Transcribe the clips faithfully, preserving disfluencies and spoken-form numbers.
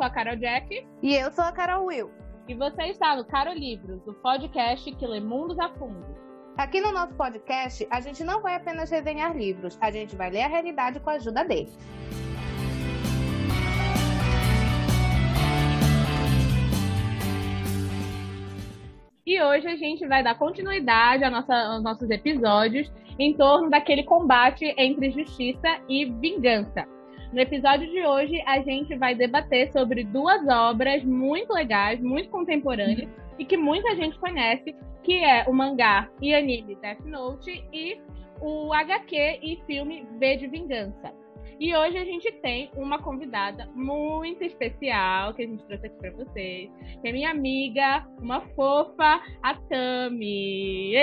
sou a Carol Jack. E eu sou a Carol Will. E você está no Caro Livros, o podcast que lê mundos a fundo. Aqui no nosso podcast, a gente não vai apenas resenhar livros, a gente vai ler a realidade com a ajuda deles. E hoje a gente vai dar continuidade à nossa, aos nossos episódios em torno daquele combate entre justiça e vingança. No episódio de hoje, a gente vai debater sobre duas obras muito legais, muito contemporâneas e que muita gente conhece, que é o mangá e anime Death Note e o H Q e filme V de Vingança. E hoje a gente tem uma convidada muito especial que a gente trouxe aqui pra vocês, que é minha amiga, uma fofa, a Tami.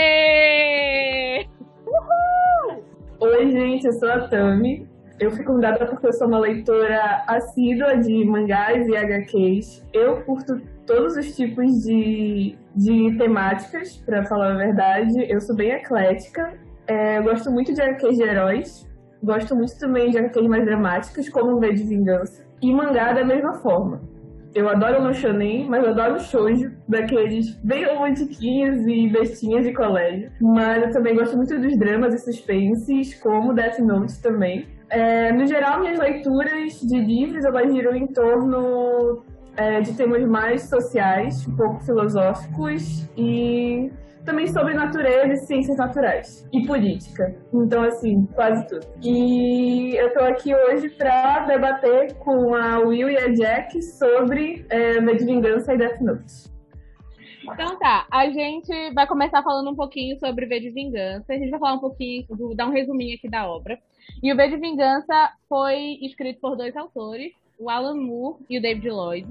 Êêêê! Uhul! Oi, gente, eu sou a Tami. Eu fui convidada porque eu sou uma leitora assídua de mangás e H Qs. Eu curto todos os tipos de, de temáticas, pra falar a verdade. Eu sou bem eclética. É, eu gosto muito de H Qs de heróis. Gosto muito também de H Qs mais dramáticos, como o V de Vingança. E mangá da mesma forma. Eu adoro no shonen, mas eu adoro shoujo, daqueles bem romantiquinhos e bestinhas de colégio. Mas eu também gosto muito dos dramas e suspenses, como Death Note também. É, no geral, minhas leituras de livros elas giram em torno é, de temas mais sociais, um pouco filosóficos e também sobre natureza e ciências naturais e política. Então, assim, quase tudo. E eu tô aqui hoje para debater com a Will e a Jack sobre é, V de Vingança e Death Note. Então tá, a gente vai começar falando um pouquinho sobre V de Vingança. A gente vai falar um pouquinho, dar um resuminho aqui da obra. E o V de Vingança foi escrito por dois autores, o Alan Moore e o David Lloyd.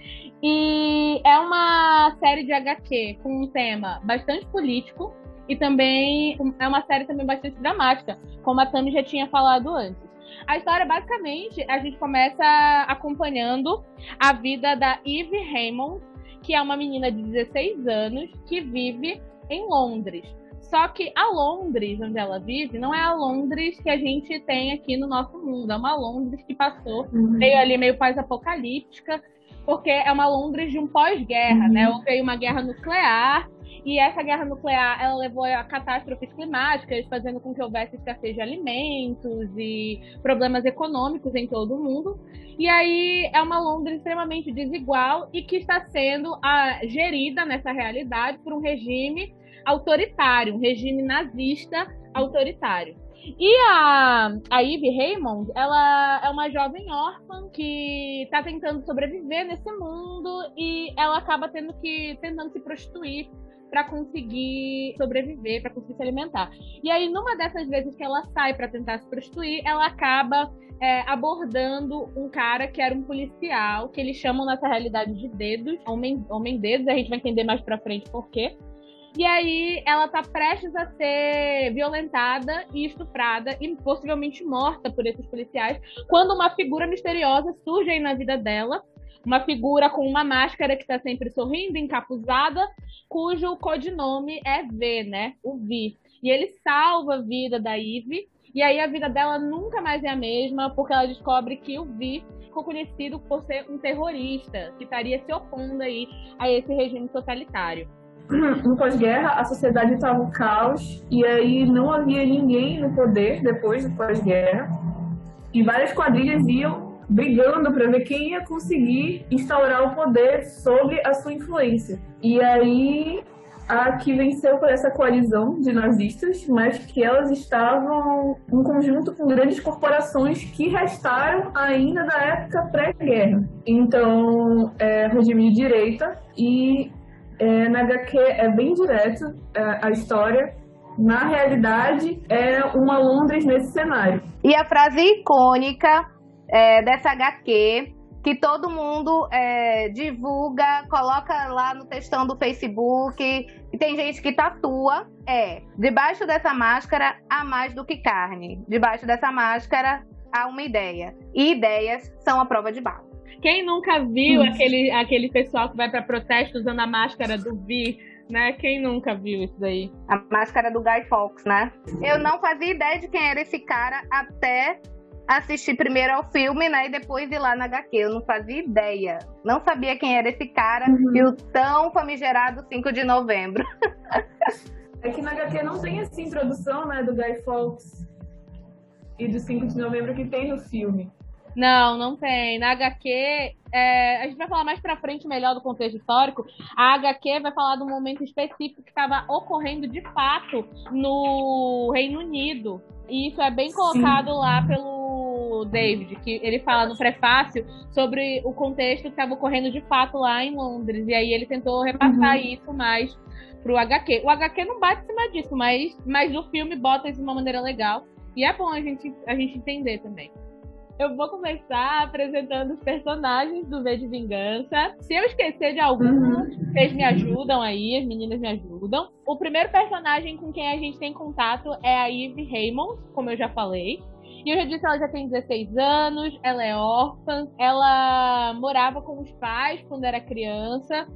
E é uma série de H Q com um tema bastante político e também é uma série também bastante dramática, como a Tami já tinha falado antes. A história, basicamente, a gente começa acompanhando a vida da Eve Raymond, que é uma menina de dezesseis anos que vive em Londres. Só que a Londres, onde ela vive, não é a Londres que a gente tem aqui no nosso mundo. É uma Londres que passou uhum. meio ali, meio pós-apocalíptica, porque é uma Londres de um pós-guerra, uhum. né? Houve uma guerra nuclear, e essa guerra nuclear, ela levou a catástrofes climáticas, fazendo com que houvesse escassez de alimentos e problemas econômicos em todo o mundo. E aí é uma Londres extremamente desigual e que está sendo a, gerida nessa realidade por um regime autoritário, um regime nazista autoritário. E a, a Eve Raymond, ela é uma jovem órfã que está tentando sobreviver nesse mundo e ela acaba tendo que, tentando se prostituir para conseguir sobreviver, para conseguir se alimentar. E aí, numa dessas vezes que ela sai para tentar se prostituir, ela acaba é, abordando um cara que era um policial, que eles chamam nessa realidade de dedos, homem, homem dedos, a gente vai entender mais pra frente por quê. E aí ela tá prestes a ser violentada e estuprada e possivelmente morta por esses policiais, quando uma figura misteriosa surge aí na vida dela, uma figura com uma máscara que tá sempre sorrindo, encapuzada, cujo codinome é V, né? O V. E ele salva a vida da Eve, e aí a vida dela nunca mais é a mesma, porque ela descobre que o V ficou conhecido por ser um terrorista, que estaria se opondo aí a esse regime totalitário. No pós-guerra, a sociedade estava um caos e aí não havia ninguém no poder depois do pós-guerra. E várias quadrilhas iam brigando para ver quem ia conseguir instaurar o poder sobre a sua influência. E aí, a que venceu por essa coalizão de nazistas, mas que elas estavam em conjunto com grandes corporações que restaram ainda da época pré-guerra. Então, é regime de direita e É, na H Q é bem direto é, a história. Na realidade, é uma Londres nesse cenário. E a frase icônica é, dessa H Q, que todo mundo é, divulga, coloca lá no textão do Facebook, e tem gente que tatua, é: debaixo dessa máscara há mais do que carne. Debaixo dessa máscara há uma ideia. E ideias são a prova de bala. Quem nunca viu aquele, aquele pessoal que vai para protesto usando a máscara do V, né? Quem nunca viu isso daí? A máscara do Guy Fawkes, né? Eu não fazia ideia de quem era esse cara até assistir primeiro ao filme, né? E depois ir lá na agá quê. Eu não fazia ideia. Não sabia quem era esse cara Uhum. e o tão famigerado cinco de novembro. É que na agá quê não tem essa introdução, né, do Guy Fawkes e do cinco de novembro que tem no filme. Não, não tem. Na agá quê, é, a gente vai falar mais pra frente melhor do contexto histórico. A agá quê vai falar de um momento específico que estava ocorrendo de fato no Reino Unido. E isso é bem colocado Sim. lá pelo David, que ele fala no prefácio sobre o contexto que estava ocorrendo de fato lá em Londres. E aí ele tentou repassar uhum. isso mais pro agá quê. O agá quê não bate em cima disso, mas, mas o filme bota isso de uma maneira legal. E é bom a gente, a gente entender também. Eu vou começar apresentando os personagens do V de Vingança. Se eu esquecer de algum, uhum. vocês me ajudam aí, as meninas me ajudam. O primeiro personagem com quem a gente tem contato é a Eve Raymond, como eu já falei. E eu já disse, ela já tem dezesseis anos, ela é órfã, ela morava com os pais quando era criança,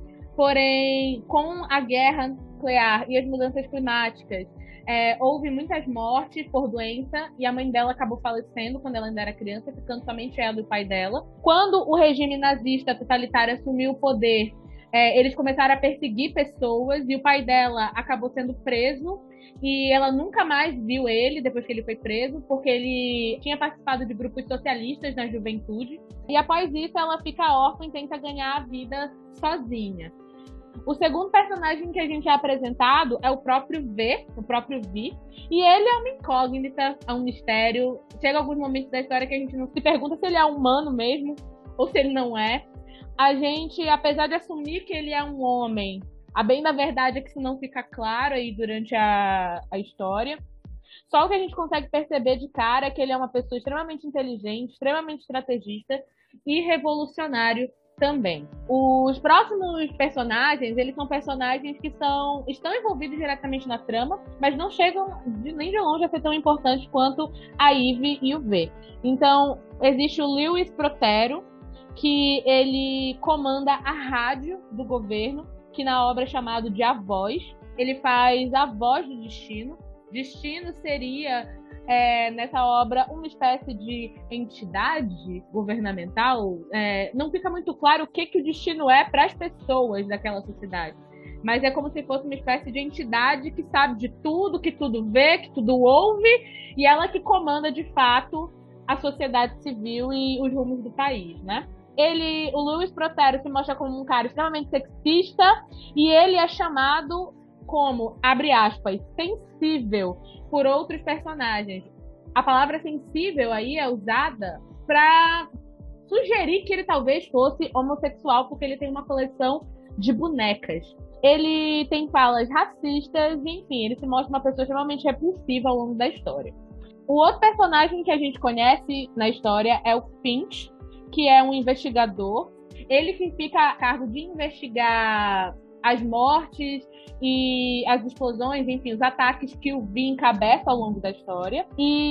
porém, com a guerra nuclear e as mudanças climáticas, É, houve muitas mortes por doença e a mãe dela acabou falecendo quando ela ainda era criança, ficando somente ela e o pai dela. Quando o regime nazista totalitário assumiu o poder, é, eles começaram a perseguir pessoas e o pai dela acabou sendo preso e ela nunca mais viu ele depois que ele foi preso, porque ele tinha participado de grupos socialistas na juventude. E após isso ela fica órfã e tenta ganhar a vida sozinha. O segundo personagem que a gente é apresentado é o próprio V, o próprio Vi, e ele é uma incógnita, é um mistério. Chega alguns momentos da história que a gente não se pergunta se ele é humano mesmo, ou se ele não é. A gente, apesar de assumir que ele é um homem, a bem da verdade é que isso não fica claro aí durante a, a história. Só o que a gente consegue perceber de cara é que ele é uma pessoa extremamente inteligente, extremamente estrategista e revolucionário também. Os próximos personagens, eles são personagens que são, estão envolvidos diretamente na trama, mas não chegam de, nem de longe a ser tão importantes quanto a Eve e o V. Então, existe o Lewis Protero, que ele comanda a rádio do governo, que na obra é chamado de A Voz. Ele faz a voz do Destino. Destino seria... É, nessa obra, uma espécie de entidade governamental. É, não fica muito claro o que, que o destino é para as pessoas daquela sociedade. Mas é como se fosse uma espécie de entidade que sabe de tudo, que tudo vê, que tudo ouve, e ela que comanda, de fato, a sociedade civil e os rumos do país, né? Ele, o Lewis Protero se mostra como um cara extremamente sexista, e ele é chamado como, abre aspas, sensível por outros personagens. A palavra sensível aí é usada para sugerir que ele talvez fosse homossexual, porque ele tem uma coleção de bonecas. Ele tem falas racistas, e, enfim, ele se mostra uma pessoa extremamente repulsiva ao longo da história. O outro personagem que a gente conhece na história é o Finch, que é um investigador. Ele fica a cargo de investigar as mortes e as explosões, enfim, os ataques que o Vi encabeça ao longo da história.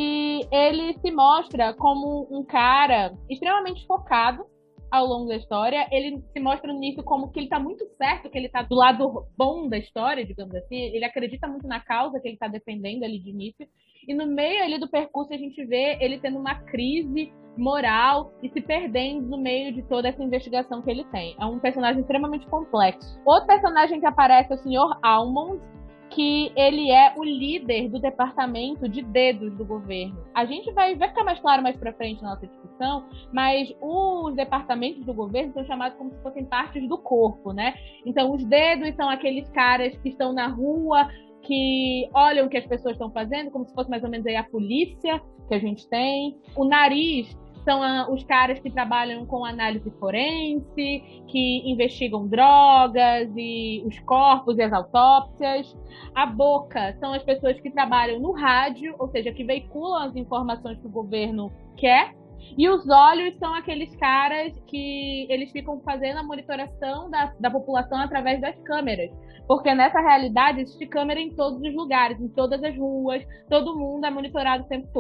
E ele se mostra como um cara extremamente focado ao longo da história. Ele se mostra nisso como que ele tá muito certo, que ele tá do lado bom da história, digamos assim. Ele acredita muito na causa que ele tá defendendo ali de início. E no meio ali do percurso a gente vê ele tendo uma crise moral e se perdendo no meio de toda essa investigação que ele tem. É um personagem extremamente complexo. Outro personagem que aparece é o senhor Almond, que ele é o líder do departamento de dedos do governo. A gente vai, vai ficar mais claro mais pra frente na nossa discussão, mas os departamentos do governo são chamados como se fossem partes do corpo, né? Então, os dedos são aqueles caras que estão na rua, que olham o que as pessoas estão fazendo, como se fosse mais ou menos aí a polícia que a gente tem. O nariz são a, os caras que trabalham com análise forense, que investigam drogas e os corpos e as autópsias. A boca são as pessoas que trabalham no rádio, ou seja, que veiculam as informações que o governo quer. E os olhos são aqueles caras que eles ficam fazendo a monitoração da, da população através das câmeras. Porque nessa realidade existe câmera em todos os lugares, em todas as ruas, todo mundo é monitorado o tempo todo.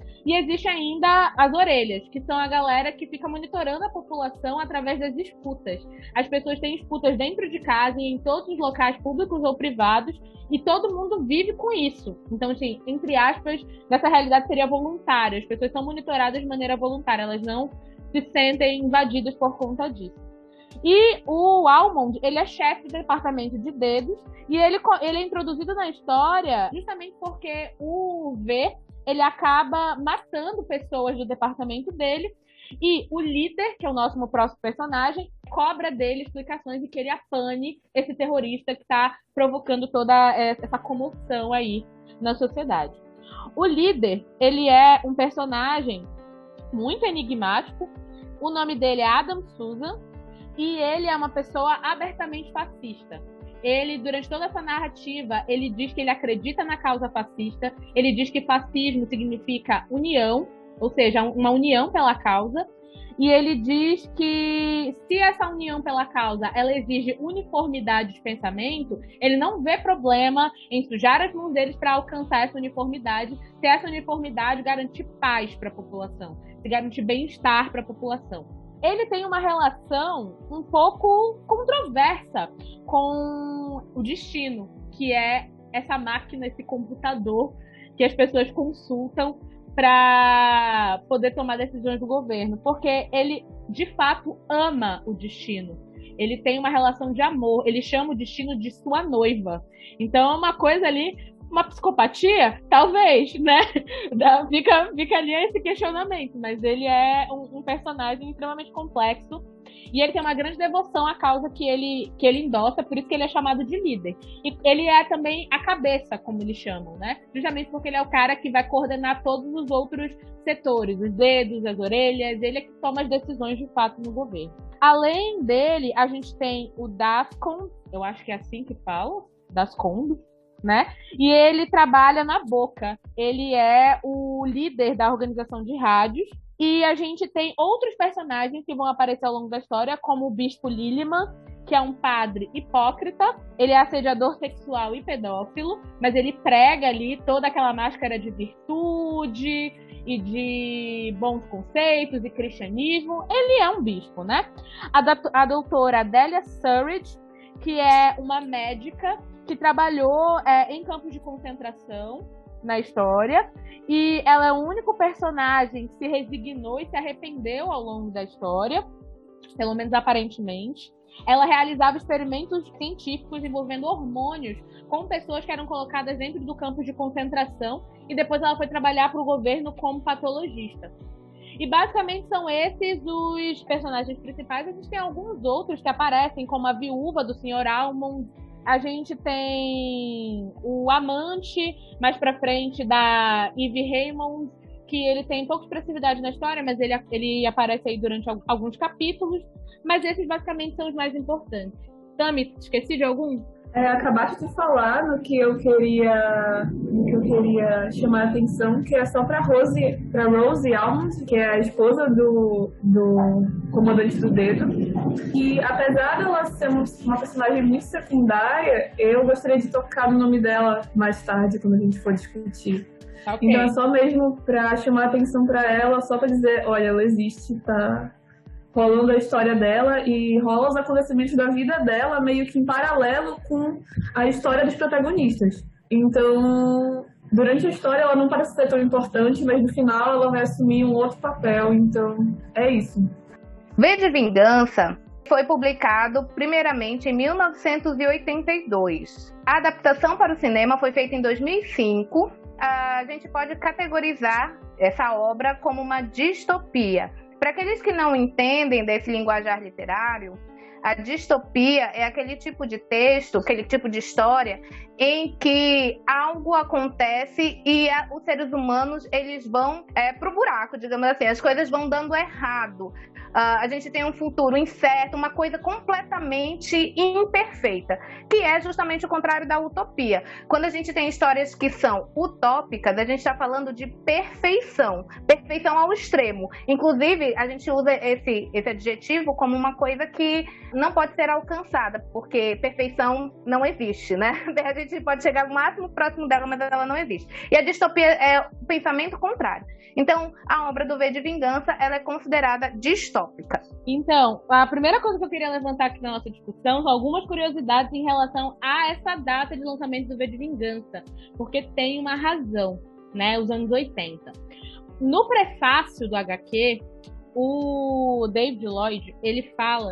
E existe ainda as orelhas, que são a galera que fica monitorando a população através das disputas. As pessoas têm disputas dentro de casa e em todos os locais públicos ou privados, e todo mundo vive com isso. Então, assim, entre aspas, nessa realidade seria voluntária. As pessoas são monitoradas de maneira voluntária, elas não se sentem invadidas por conta disso. E o Almond, ele é chefe do departamento de dedos, e ele, ele é introduzido na história justamente porque o V, ele acaba matando pessoas do departamento dele, e o líder, que é o nosso próximo personagem, cobra dele explicações e que ele apane esse terrorista que está provocando toda essa comoção aí na sociedade. O líder, ele é um personagem muito enigmático, o nome dele é Adam Susan, e ele é uma pessoa abertamente fascista. Ele, durante toda essa narrativa, ele diz que ele acredita na causa fascista, ele diz que fascismo significa união, ou seja, uma união pela causa, e ele diz que se essa união pela causa ela exige uniformidade de pensamento, ele não vê problema em sujar as mãos deles para alcançar essa uniformidade, se essa uniformidade garantir paz para a população, se garantir bem-estar para a população. Ele tem uma relação um pouco controversa com o destino, que é essa máquina, esse computador que as pessoas consultam para poder tomar decisões do governo, porque ele, de fato, ama o destino. Ele tem uma relação de amor, ele chama o destino de sua noiva. Então é uma coisa ali, uma psicopatia? Talvez, né? Fica, fica ali esse questionamento, mas ele é um, um personagem extremamente complexo e ele tem uma grande devoção à causa que ele, que ele endossa, por isso que ele é chamado de líder. E ele é também a cabeça, como eles chamam, né? Justamente porque ele é o cara que vai coordenar todos os outros setores, os dedos, as orelhas, ele é que toma as decisões de fato no governo. Além dele, a gente tem o Dascond, eu acho que é assim que fala, Dascond, né? E ele trabalha na Boca. Ele é o líder da organização de rádios. E a gente tem outros personagens que vão aparecer ao longo da história, como o Bispo Liliman, que é um padre hipócrita. Ele é assediador sexual e pedófilo, mas ele prega ali toda aquela máscara de virtude e de bons conceitos e cristianismo. Ele é um bispo, né? A, a doutora Delia Surridge, que é uma médica que trabalhou é, em campos de concentração na história, e ela é o único personagem que se resignou e se arrependeu ao longo da história, pelo menos aparentemente. Ela realizava experimentos científicos envolvendo hormônios com pessoas que eram colocadas dentro do campo de concentração, e depois ela foi trabalhar para o governo como patologista. E basicamente são esses os personagens principais. A gente tem alguns outros que aparecem, como a viúva do senhor Almond. A gente tem o amante, mais pra frente, da Eve Raymond, que ele tem pouca expressividade na história, mas ele, ele aparece aí durante alguns capítulos. Mas esses, basicamente, são os mais importantes. Tami, esqueci de algum? É, acabaste de falar no que eu queria, no que eu queria chamar a atenção, que é só para Rose, para Rose Almond, que é a esposa do, do comandante do dedo. E apesar dela ser uma, uma personagem muito secundária, eu gostaria de tocar no nome dela mais tarde, quando a gente for discutir. Okay. Então é só mesmo para chamar a atenção para ela, só para dizer, olha, ela existe, tá rolando a história dela e rola os acontecimentos da vida dela meio que em paralelo com a história dos protagonistas. Então, durante a história ela não parece ser tão importante, mas no final ela vai assumir um outro papel, então é isso. V de Vingança foi publicado primeiramente em mil novecentos e oitenta e dois. A adaptação para o cinema foi feita em dois mil e cinco. A gente pode categorizar essa obra como uma distopia. Para aqueles que não entendem desse linguajar literário, a distopia é aquele tipo de texto, aquele tipo de história em que algo acontece e a, os seres humanos eles vão é, pro buraco, digamos assim, as coisas vão dando errado. Uh, a gente tem um futuro incerto, uma coisa completamente imperfeita, que é justamente o contrário da utopia. Quando a gente tem histórias que são utópicas, a gente está falando de perfeição, perfeição ao extremo. Inclusive, a gente usa esse, esse adjetivo como uma coisa que não pode ser alcançada, porque perfeição não existe, né? A gente pode chegar ao máximo próximo dela, mas ela não existe. E a distopia é o pensamento contrário. Então, a obra do V de Vingança, ela é considerada distópica. Então, a primeira coisa que eu queria levantar aqui na nossa discussão são algumas curiosidades em relação a essa data de lançamento do V de Vingança, porque tem uma razão, né? Os anos oitenta. No prefácio do agá quê, o David Lloyd, ele fala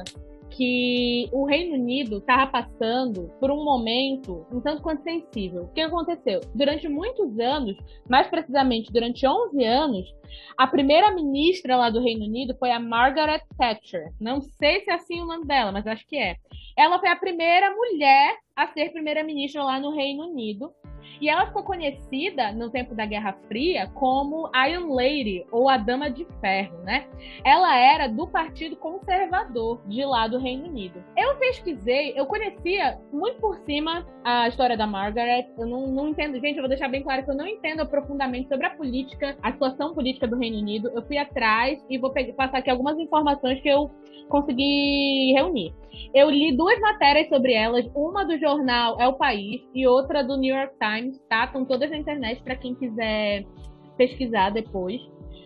que o Reino Unido estava passando por um momento um tanto quanto sensível. O que aconteceu? Durante muitos anos, mais precisamente durante onze anos, a primeira-ministra lá do Reino Unido foi a Margaret Thatcher. Não sei se é assim o nome dela, mas acho que é. Ela foi a primeira mulher a ser primeira-ministra lá no Reino Unido. E ela ficou conhecida, no tempo da Guerra Fria, como Iron Lady, ou a Dama de Ferro, né? Ela era do Partido Conservador de lá do Reino Unido. Eu pesquisei, eu conhecia muito por cima a história da Margaret. Eu não, não entendo, gente, eu vou deixar bem claro que eu não entendo profundamente sobre a política, a situação política do Reino Unido. Eu fui atrás e vou pegar, passar aqui algumas informações que eu consegui reunir. Eu li duas matérias sobre elas, uma do jornal É o País e outra do New York Times, tá? Estão todas na internet para quem quiser pesquisar depois.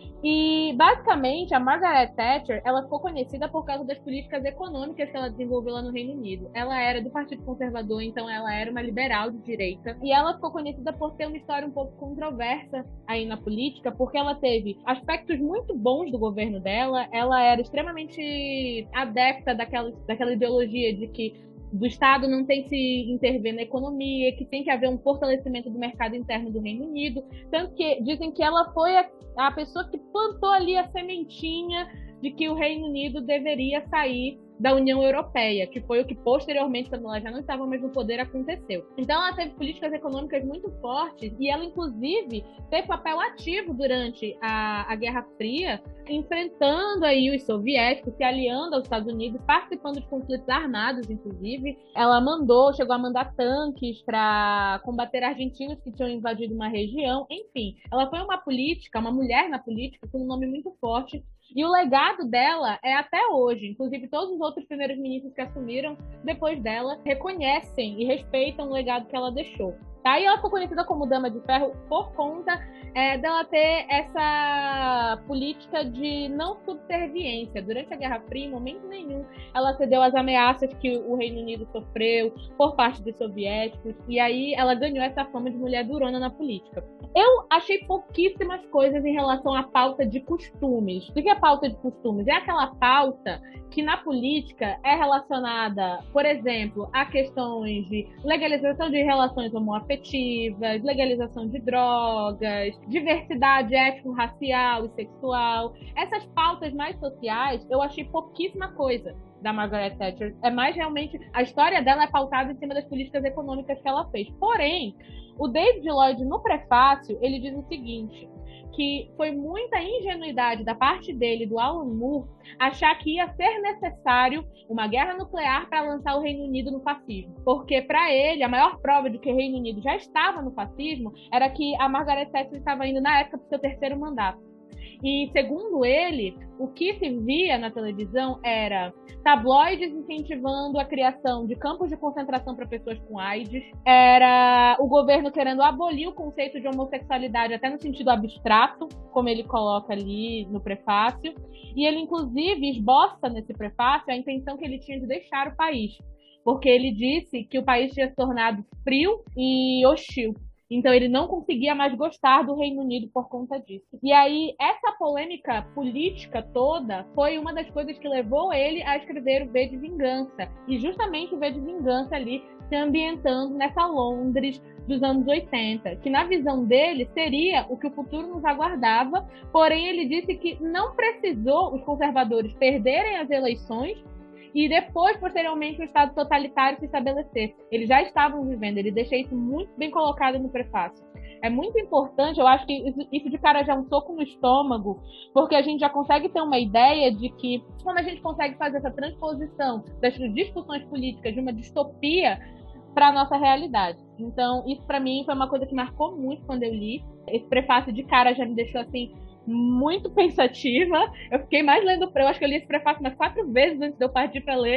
E, basicamente, a Margaret Thatcher, ela ficou conhecida por causa das políticas econômicas que ela desenvolveu lá no Reino Unido. Ela era do Partido Conservador, então ela era uma liberal de direita. E ela ficou conhecida por ter uma história um pouco controversa aí na política, porque ela teve aspectos muito bons do governo dela. Ela era extremamente adepta daquela, daquela ideologia de que do Estado não tem que se intervir na economia, que tem que haver um fortalecimento do mercado interno do Reino Unido. Tanto que dizem que ela foi a, a pessoa que plantou ali a sementinha de que o Reino Unido deveria sair da União Europeia, que foi o que posteriormente, quando ela já não estava mais no poder, aconteceu. Então ela teve políticas econômicas muito fortes e ela, inclusive, teve papel ativo durante a, a Guerra Fria, enfrentando aí os soviéticos, se aliando aos Estados Unidos, participando de conflitos armados, inclusive. Ela mandou, chegou a mandar tanques para combater argentinos que tinham invadido uma região. Enfim, ela foi uma política, uma mulher na política com um nome muito forte. E o legado dela é até hoje. Inclusive, todos os outros primeiros ministros que assumiram depois dela reconhecem e respeitam o legado que ela deixou. Tá? E ela ficou conhecida como Dama de Ferro por conta é, dela ter essa política de não subserviência. Durante a Guerra Fria, em momento nenhum, ela cedeu às ameaças que o Reino Unido sofreu por parte dos soviéticos. E aí ela ganhou essa fama de mulher durona na política. Eu achei pouquíssimas coisas em relação à pauta de costumes. O que é pauta de costumes? É aquela pauta que na política é relacionada, por exemplo, a questões de legalização de relações homoafetivas, legalização de drogas, diversidade étnico-racial e sexual. Essas pautas mais sociais, eu achei pouquíssima coisa da Margaret Thatcher. É mais realmente, a história dela é pautada em cima das políticas econômicas que ela fez. Porém, o David Lloyd, no prefácio, ele diz o seguinte, que foi muita ingenuidade da parte dele, do Alan Moore, achar que ia ser necessário uma guerra nuclear para lançar o Reino Unido no fascismo. Porque, para ele, a maior prova de que o Reino Unido já estava no fascismo era que a Margaret Thatcher estava indo, na época, para o seu terceiro mandato. E, segundo ele, o que se via na televisão era tabloides incentivando a criação de campos de concentração para pessoas com AIDS, era o governo querendo abolir o conceito de homossexualidade até no sentido abstrato, como ele coloca ali no prefácio, e ele, inclusive, esboça nesse prefácio a intenção que ele tinha de deixar o país, porque ele disse que o país tinha se tornado frio e hostil. Então ele não conseguia mais gostar do Reino Unido por conta disso. E aí, essa polêmica política toda foi uma das coisas que levou ele a escrever o V de Vingança. E justamente o V de Vingança ali se ambientando nessa Londres dos anos oitenta, que na visão dele seria o que o futuro nos aguardava, porém ele disse que não precisou os conservadores perderem as eleições e depois, posteriormente, o Estado totalitário se estabelecer. Eles já estavam vivendo, ele deixa isso muito bem colocado no prefácio. É muito importante, eu acho que isso de cara já é um soco no estômago, porque a gente já consegue ter uma ideia de que, como a gente consegue fazer essa transposição das discussões políticas de uma distopia para a nossa realidade. Então, isso para mim foi uma coisa que marcou muito quando eu li. Esse prefácio de cara já me deixou assim muito pensativa. Eu fiquei mais lendo, eu acho que eu li esse prefácio umas quatro vezes antes de eu partir para ler,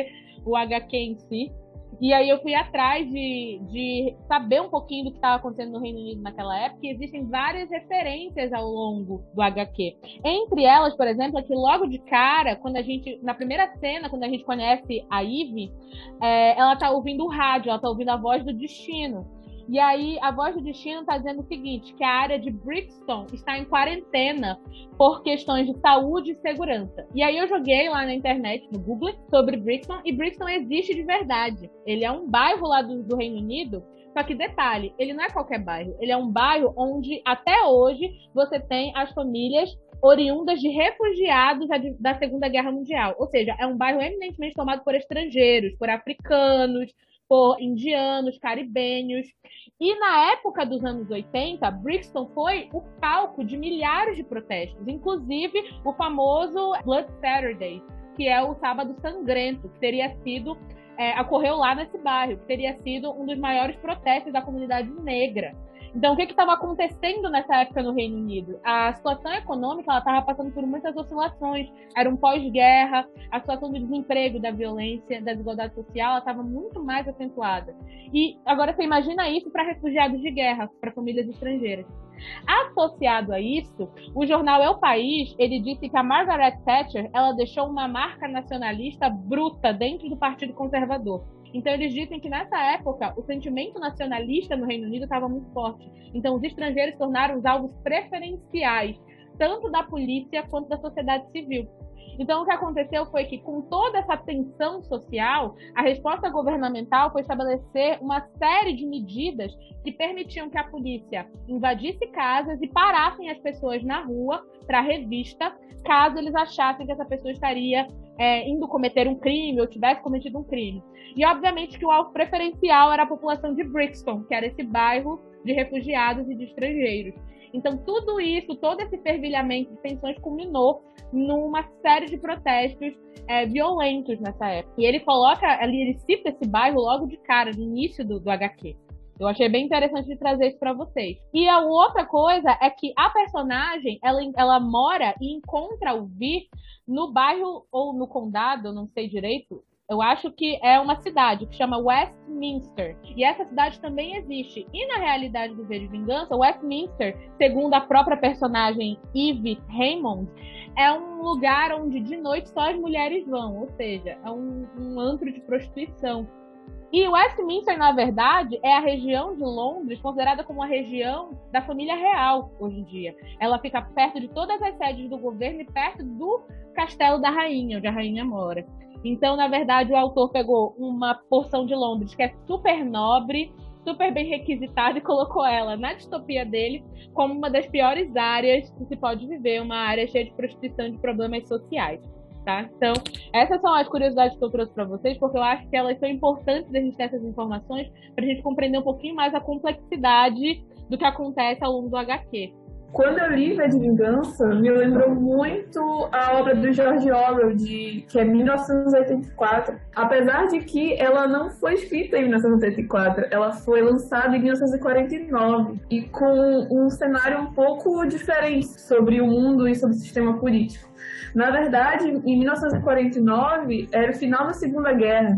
o H Q em si. E aí eu fui atrás de, de saber um pouquinho do que estava acontecendo no Reino Unido naquela época, e existem várias referências ao longo do H Q. Entre elas, por exemplo, é que logo de cara, quando a gente, na primeira cena, quando a gente conhece a Ivy, é, ela tá ouvindo o rádio, ela tá ouvindo a voz do destino. E aí a voz do destino está dizendo o seguinte, que a área de Brixton está em quarentena por questões de saúde e segurança. E aí eu joguei lá na internet, no Google, sobre Brixton, e Brixton existe de verdade. Ele é um bairro lá do, do Reino Unido, só que detalhe, ele não é qualquer bairro, ele é um bairro onde até hoje você tem as famílias oriundas de refugiados da Segunda Guerra Mundial. Ou seja, é um bairro eminentemente tomado por estrangeiros, por africanos, por indianos, caribenhos. E na época dos anos oitenta, Brixton foi o palco de milhares de protestos, inclusive o famoso Blood Saturday, que é o Sábado Sangrento, que teria sido, é, ocorreu lá nesse bairro, que teria sido um dos maiores protestos da comunidade negra. Então, o que estava acontecendo nessa época no Reino Unido? A situação econômica estava passando por muitas oscilações. Era um pós-guerra, a situação do desemprego, da violência, da desigualdade social estava muito mais acentuada. E agora você imagina isso para refugiados de guerra, para famílias estrangeiras. Associado a isso, o jornal É o País, ele disse que a Margaret Thatcher ela deixou uma marca nacionalista bruta dentro do Partido Conservador. Então, eles dizem que, nessa época, o sentimento nacionalista no Reino Unido estava muito forte. Então, os estrangeiros tornaram os alvos preferenciais, tanto da polícia quanto da sociedade civil. Então, o que aconteceu foi que, com toda essa tensão social, a resposta governamental foi estabelecer uma série de medidas que permitiam que a polícia invadisse casas e parassem as pessoas na rua para revista, caso eles achassem que essa pessoa estaria é, indo cometer um crime ou tivesse cometido um crime. E, obviamente, que o alvo preferencial era a população de Brixton, que era esse bairro de refugiados e de estrangeiros. Então, tudo isso, todo esse fervilhamento de tensões culminou numa série de protestos é, violentos nessa época. E ele coloca ali, ele cita esse bairro logo de cara, no início do, do H Q. Eu achei bem interessante de trazer isso para vocês. E a outra coisa é que a personagem, ela, ela mora e encontra o Vi no bairro, ou no condado, não sei direito, eu acho que é uma cidade que chama Westminster. E essa cidade também existe. E na realidade do V de Vingança, Westminster, segundo a própria personagem Eve Raymond, é um lugar onde de noite só as mulheres vão. Ou seja, é um, um antro de prostituição. E Westminster, na verdade, é a região de Londres considerada como a região da família real hoje em dia. Ela fica perto de todas as sedes do governo e perto do castelo da rainha, onde a rainha mora. Então, na verdade, o autor pegou uma porção de Londres que é super nobre, super bem requisitada e colocou ela na distopia dele como uma das piores áreas que se pode viver, uma área cheia de prostituição e de problemas sociais. Tá? Então, essas são as curiosidades que eu trouxe para vocês, porque eu acho que elas são importantes a gente ter essas informações para a gente compreender um pouquinho mais a complexidade do que acontece ao longo do H Q. Quando eu li V de Vingança, me lembrou muito a obra do George Orwell, de, que é mil novecentos e oitenta e quatro. Apesar de que ela não foi escrita em mil novecentos e oitenta e quatro, ela foi lançada em mil novecentos e quarenta e nove, e com um cenário um pouco diferente sobre o mundo e sobre o sistema político. Na verdade, em mil novecentos e quarenta e nove, era o final da Segunda Guerra.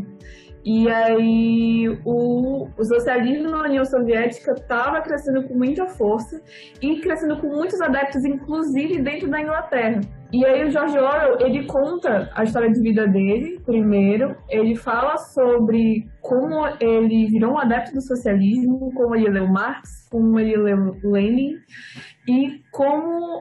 E aí o, o socialismo na União Soviética estava crescendo com muita força e crescendo com muitos adeptos, inclusive dentro da Inglaterra. E aí o George Orwell, ele conta a história de vida dele, primeiro. Ele fala sobre como ele virou um adepto do socialismo, como ele leu Marx, como ele leu Lenin e como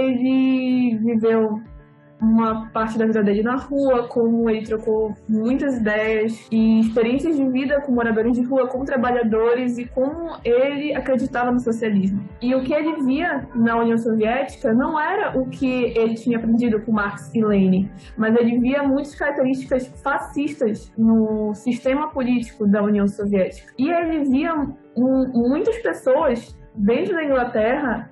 ele viveu uma parte da vida dele na rua, como ele trocou muitas ideias e experiências de vida com moradores de rua, com trabalhadores, e como ele acreditava no socialismo. E o que ele via na União Soviética não era o que ele tinha aprendido com Marx e Lenin, mas ele via muitas características fascistas no sistema político da União Soviética. E ele via muitas pessoas dentro da Inglaterra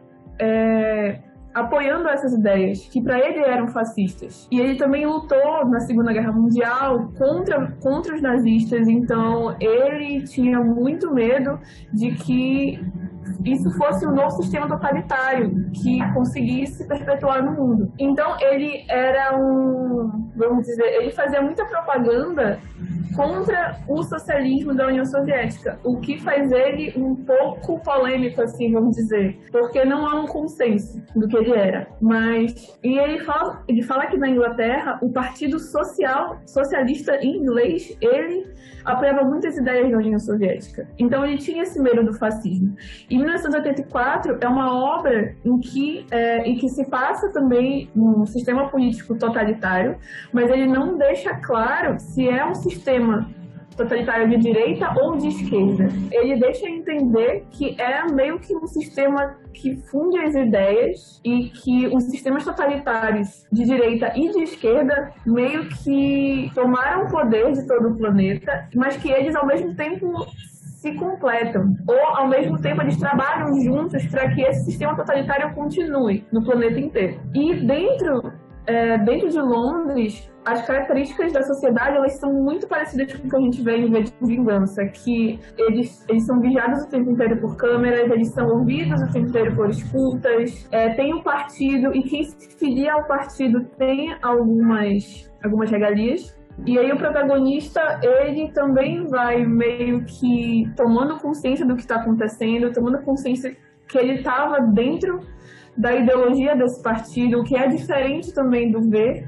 é, apoiando essas ideias, que para ele eram fascistas. E ele também lutou na Segunda Guerra Mundial contra, contra os nazistas, então ele tinha muito medo de que isso fosse um novo sistema totalitário que conseguisse perpetuar no mundo. Então ele era um, vamos dizer, ele fazia muita propaganda contra o socialismo da União Soviética, o que faz ele um pouco polêmico, assim, vamos dizer, porque não há um consenso do que ele era. Mas, e ele fala, ele fala que na Inglaterra, o Partido Social, Socialista em inglês, ele apoiava muitas ideias da União Soviética. Então ele tinha esse medo do fascismo. Em mil novecentos e oitenta e quatro é uma obra em que, é, em que se passa também um sistema político totalitário, mas ele não deixa claro se é um sistema totalitário de direita ou de esquerda. Ele deixa entender que é meio que um sistema que funde as ideias e que os sistemas totalitários de direita e de esquerda meio que tomaram o poder de todo o planeta, mas que eles ao mesmo tempo se completam, ou ao mesmo tempo eles trabalham juntos para que esse sistema totalitário continue no planeta inteiro. E dentro, é, dentro de Londres, as características da sociedade elas são muito parecidas com o que a gente vê em V de Vingança, que eles, eles são vigiados o tempo inteiro por câmeras, eles são ouvidos o tempo inteiro por escutas, é, tem um partido, e quem se filia ao partido tem algumas, algumas regalias. E aí o protagonista, ele também vai meio que tomando consciência do que está acontecendo, tomando consciência que ele estava dentro da ideologia desse partido, o que é diferente também do V,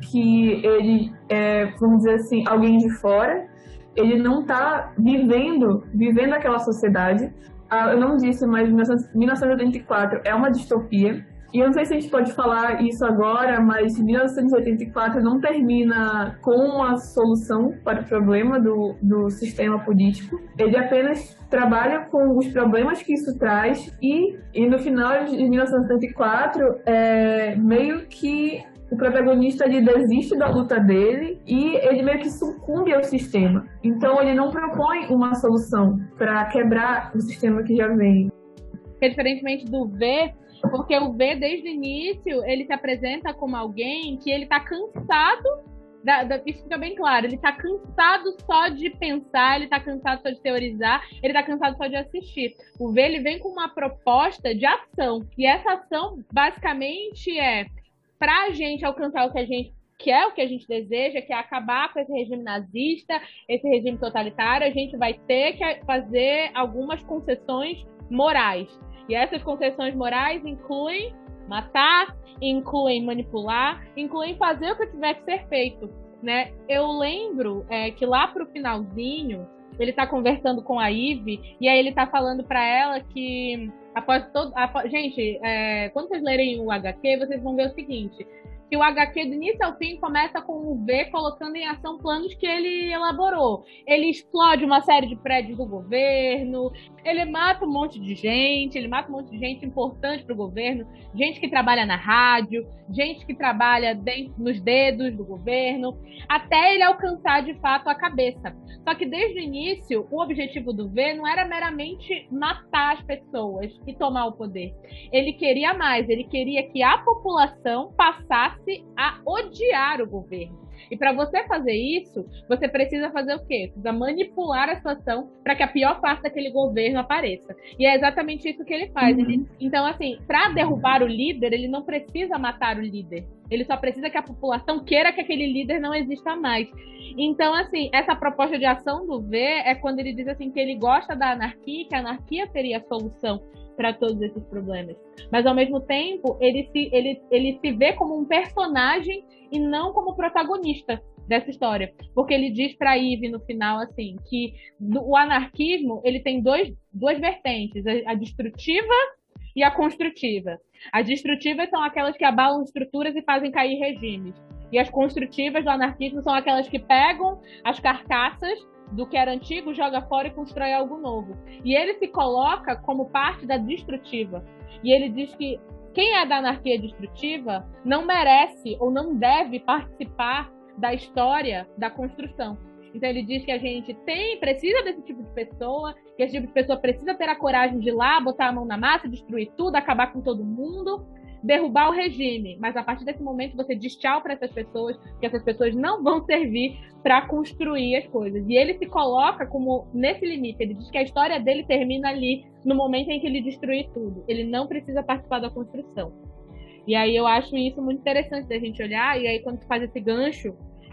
que ele é, vamos dizer assim, alguém de fora, ele não está vivendo, vivendo aquela sociedade. Ah, eu não disse, mas mil novecentos e oitenta e quatro é uma distopia. E eu não sei se a gente pode falar isso agora, mas mil novecentos e oitenta e quatro não termina com uma solução para o problema do, do sistema político. Ele apenas trabalha com os problemas que isso traz e, e no final de mil novecentos e oitenta e quatro, é, meio que o protagonista ele desiste da luta dele e ele meio que sucumbe ao sistema. Então ele não propõe uma solução para quebrar o sistema que já vem. Diferentemente do V, porque o V, desde o início, ele se apresenta como alguém que ele tá cansado, da, da, isso fica bem claro, ele tá cansado só de pensar, ele tá cansado só de teorizar, ele tá cansado só de assistir. O V, ele vem com uma proposta de ação, e essa ação, basicamente, é pra gente alcançar o que a gente quer, o que a gente deseja, que é acabar com esse regime nazista, esse regime totalitário, a gente vai ter que fazer algumas concessões morais. E essas concessões morais incluem matar, incluem manipular, incluem fazer o que tiver que ser feito, né? Eu lembro é, que lá pro finalzinho, ele tá conversando com a Ivy, e aí ele tá falando pra ela que após todo... Após, gente, é, quando vocês lerem o H Q, vocês vão ver o seguinte, que o H Q do início ao fim começa com o V colocando em ação planos que ele elaborou. Ele explode uma série de prédios do governo, ele mata um monte de gente, ele mata um monte de gente importante para o governo, gente que trabalha na rádio, gente que trabalha dentro, nos dedos do governo, até ele alcançar de fato a cabeça. Só que desde o início, o objetivo do V não era meramente matar as pessoas e tomar o poder. Ele queria mais, ele queria que a população passasse a odiar o governo. E para você fazer isso, você precisa fazer o quê? Precisa manipular a situação para que a pior parte daquele governo apareça. E é exatamente isso que ele faz. Uhum. Ele, então, assim, para derrubar o líder, ele não precisa matar o líder. Ele só precisa que a população queira que aquele líder não exista mais. Então, assim, essa proposta de ação do V é quando ele diz assim que ele gosta da anarquia, que a anarquia seria a solução para todos esses problemas. Mas, ao mesmo tempo, ele se, ele, ele se vê como um personagem e não como protagonista dessa história. Porque ele diz para Eve no final, assim, que o anarquismo, ele tem dois, duas vertentes, a, a destrutiva e a construtiva. As destrutivas são aquelas que abalam estruturas e fazem cair regimes. E as construtivas do anarquismo são aquelas que pegam as carcaças do que era antigo, joga fora e constrói algo novo. E ele se coloca como parte da destrutiva. E ele diz que quem é da anarquia destrutiva não merece ou não deve participar da história da construção. Então ele diz que a gente tem, precisa desse tipo de pessoa, que esse tipo de pessoa precisa ter a coragem de ir lá, botar a mão na massa, destruir tudo, acabar com todo mundo, derrubar o regime. Mas a partir desse momento você diz tchau para essas pessoas, que essas pessoas não vão servir para construir as coisas. E ele se coloca como nesse limite. Ele diz que a história dele termina ali, no momento em que ele destruir tudo. Ele não precisa participar da construção. E aí eu acho isso muito interessante da gente olhar. E aí quando tu faz esse gancho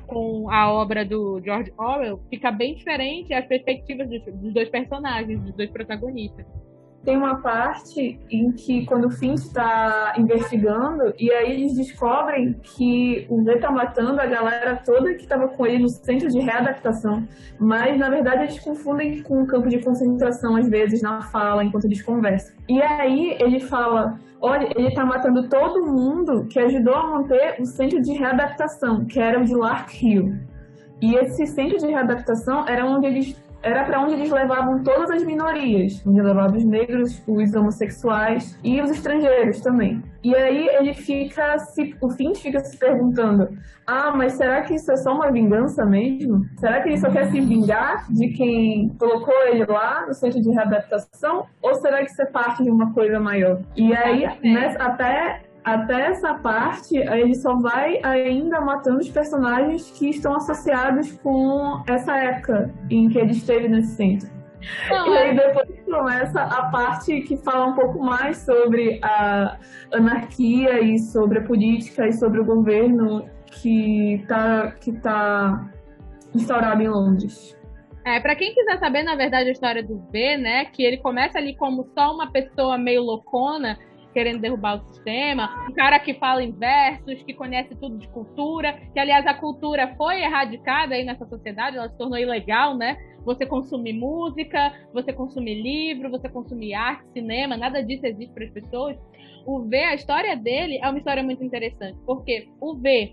com a obra do George Orwell, fica bem diferente as perspectivas dos, dos dois personagens, dos dois protagonistas. Tem uma parte em que, quando o Finch está investigando, e aí eles descobrem que o V está matando a galera toda que estava com ele no centro de readaptação. Mas, na verdade, eles confundem com o campo de concentração, às vezes, na fala, enquanto eles conversam. E aí ele fala, olha, ele está matando todo mundo que ajudou a manter o centro de readaptação, que era o de Lark Hill. E esse centro de readaptação era onde eles era para onde eles levavam todas as minorias, onde levavam os negros, os homossexuais e os estrangeiros também. E aí ele fica, se, o Finch fica se perguntando, ah, mas será que isso é só uma vingança mesmo? Será que ele só quer se vingar de quem colocou ele lá no centro de readaptação? Ou será que isso é parte de uma coisa maior? E aí, nessa, até... Até essa parte, ele só vai ainda matando os personagens que estão associados com essa época em que ele esteve nesse centro. Não, e aí depois começa a parte que fala um pouco mais sobre a anarquia e sobre a política e sobre o governo que está que tá instaurado em Londres. É, para quem quiser saber, na verdade, a história do V, né, que ele começa ali como só uma pessoa meio loucona, querendo derrubar o sistema, um cara que fala em versos, que conhece tudo de cultura, que, aliás, a cultura foi erradicada aí nessa sociedade, ela se tornou ilegal, né? Você consumir música, você consumir livro, você consumir arte, cinema, nada disso existe para as pessoas. O V, a história dele é uma história muito interessante, porque o V,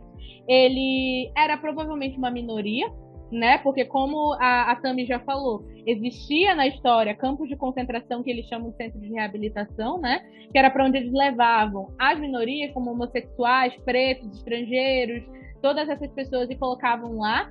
ele era provavelmente uma minoria, né? Porque, como a, a Tami já falou, existia na história campos de concentração que eles chamam de centros de reabilitação, né? Que era para onde eles levavam as minorias, como homossexuais, pretos, estrangeiros, todas essas pessoas, e colocavam lá.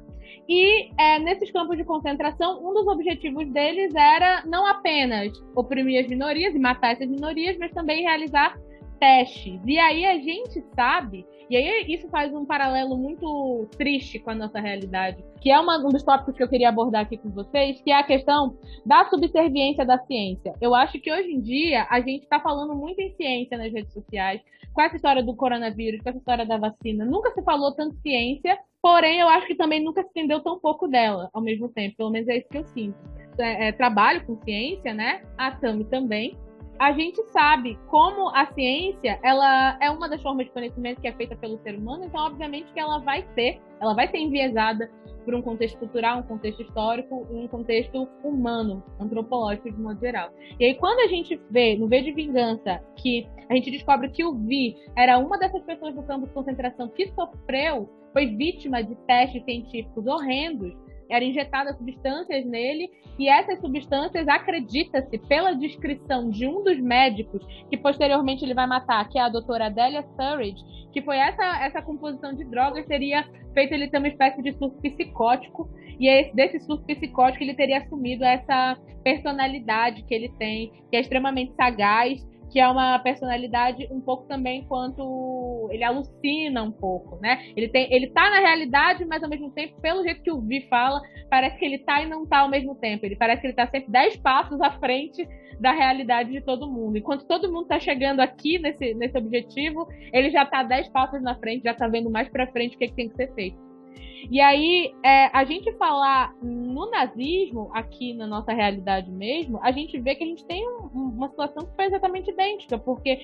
E é, nesses campos de concentração, um dos objetivos deles era não apenas oprimir as minorias e matar essas minorias, mas também realizar testes. E aí a gente sabe, e aí isso faz um paralelo muito triste com a nossa realidade, que é uma, um dos tópicos que eu queria abordar aqui com vocês, que é a questão da subserviência da ciência. Eu acho que hoje em dia a gente está falando muito em ciência nas redes sociais, com essa história do coronavírus, com essa história da vacina. Nunca se falou tanto ciência, porém eu acho que também nunca se entendeu tão pouco dela ao mesmo tempo, pelo menos é isso que eu sinto. É, é, trabalho com ciência, né? A Tami também. A gente sabe como a ciência, ela é uma das formas de conhecimento que é feita pelo ser humano, então obviamente que ela vai ser, ela vai ser enviesada por um contexto cultural, um contexto histórico, um contexto humano, antropológico de modo geral. E aí quando a gente vê, no V de Vingança, que a gente descobre que o Vi era uma dessas pessoas do campo de concentração que sofreu, foi vítima de testes científicos horrendos, eram injetadas substâncias nele, e essas substâncias, acredita-se, pela descrição de um dos médicos, que posteriormente ele vai matar, que é a doutora Delia Surridge, que foi essa, essa composição de drogas, teria feito ele ter uma espécie de surto psicótico, e esse, desse surto psicótico ele teria assumido essa personalidade que ele tem, que é extremamente sagaz, que é uma personalidade um pouco também quanto ele alucina um pouco, né? Ele tem, ele tá na realidade, mas ao mesmo tempo, pelo jeito que o Vi fala, parece que ele tá e não tá ao mesmo tempo. Ele parece que ele tá sempre dez passos à frente da realidade de todo mundo. Enquanto todo mundo tá chegando aqui nesse, nesse objetivo, ele já tá dez passos na frente, já tá vendo mais pra frente o que, é que tem que ser feito. E aí, é, a gente falar no nazismo, aqui na nossa realidade mesmo, a gente vê que a gente tem um, uma situação que foi exatamente idêntica, porque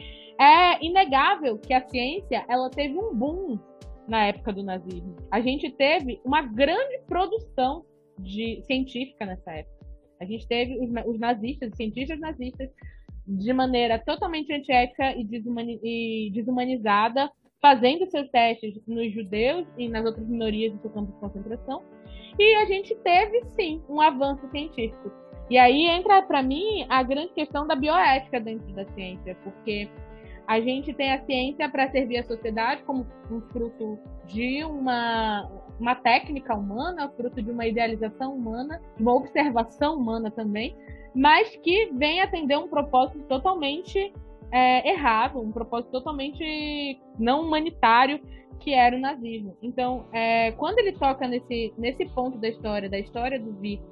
é inegável que a ciência, ela teve um boom na época do nazismo. A gente teve uma grande produção de, científica nessa época. A gente teve os, os nazistas, os cientistas nazistas, de maneira totalmente antiética e, desumani- e desumanizada, fazendo seus testes nos judeus e nas outras minorias do seu campo de concentração. E a gente teve, sim, um avanço científico. E aí entra, para mim, a grande questão da bioética dentro da ciência, porque a gente tem a ciência para servir a sociedade como um fruto de uma, uma técnica humana, fruto de uma idealização humana, de uma observação humana também, mas que vem atender um propósito totalmente É, errado, um propósito totalmente não humanitário, que era o nazismo. Então, é, quando ele toca nesse, nesse ponto da história, da história do Vi,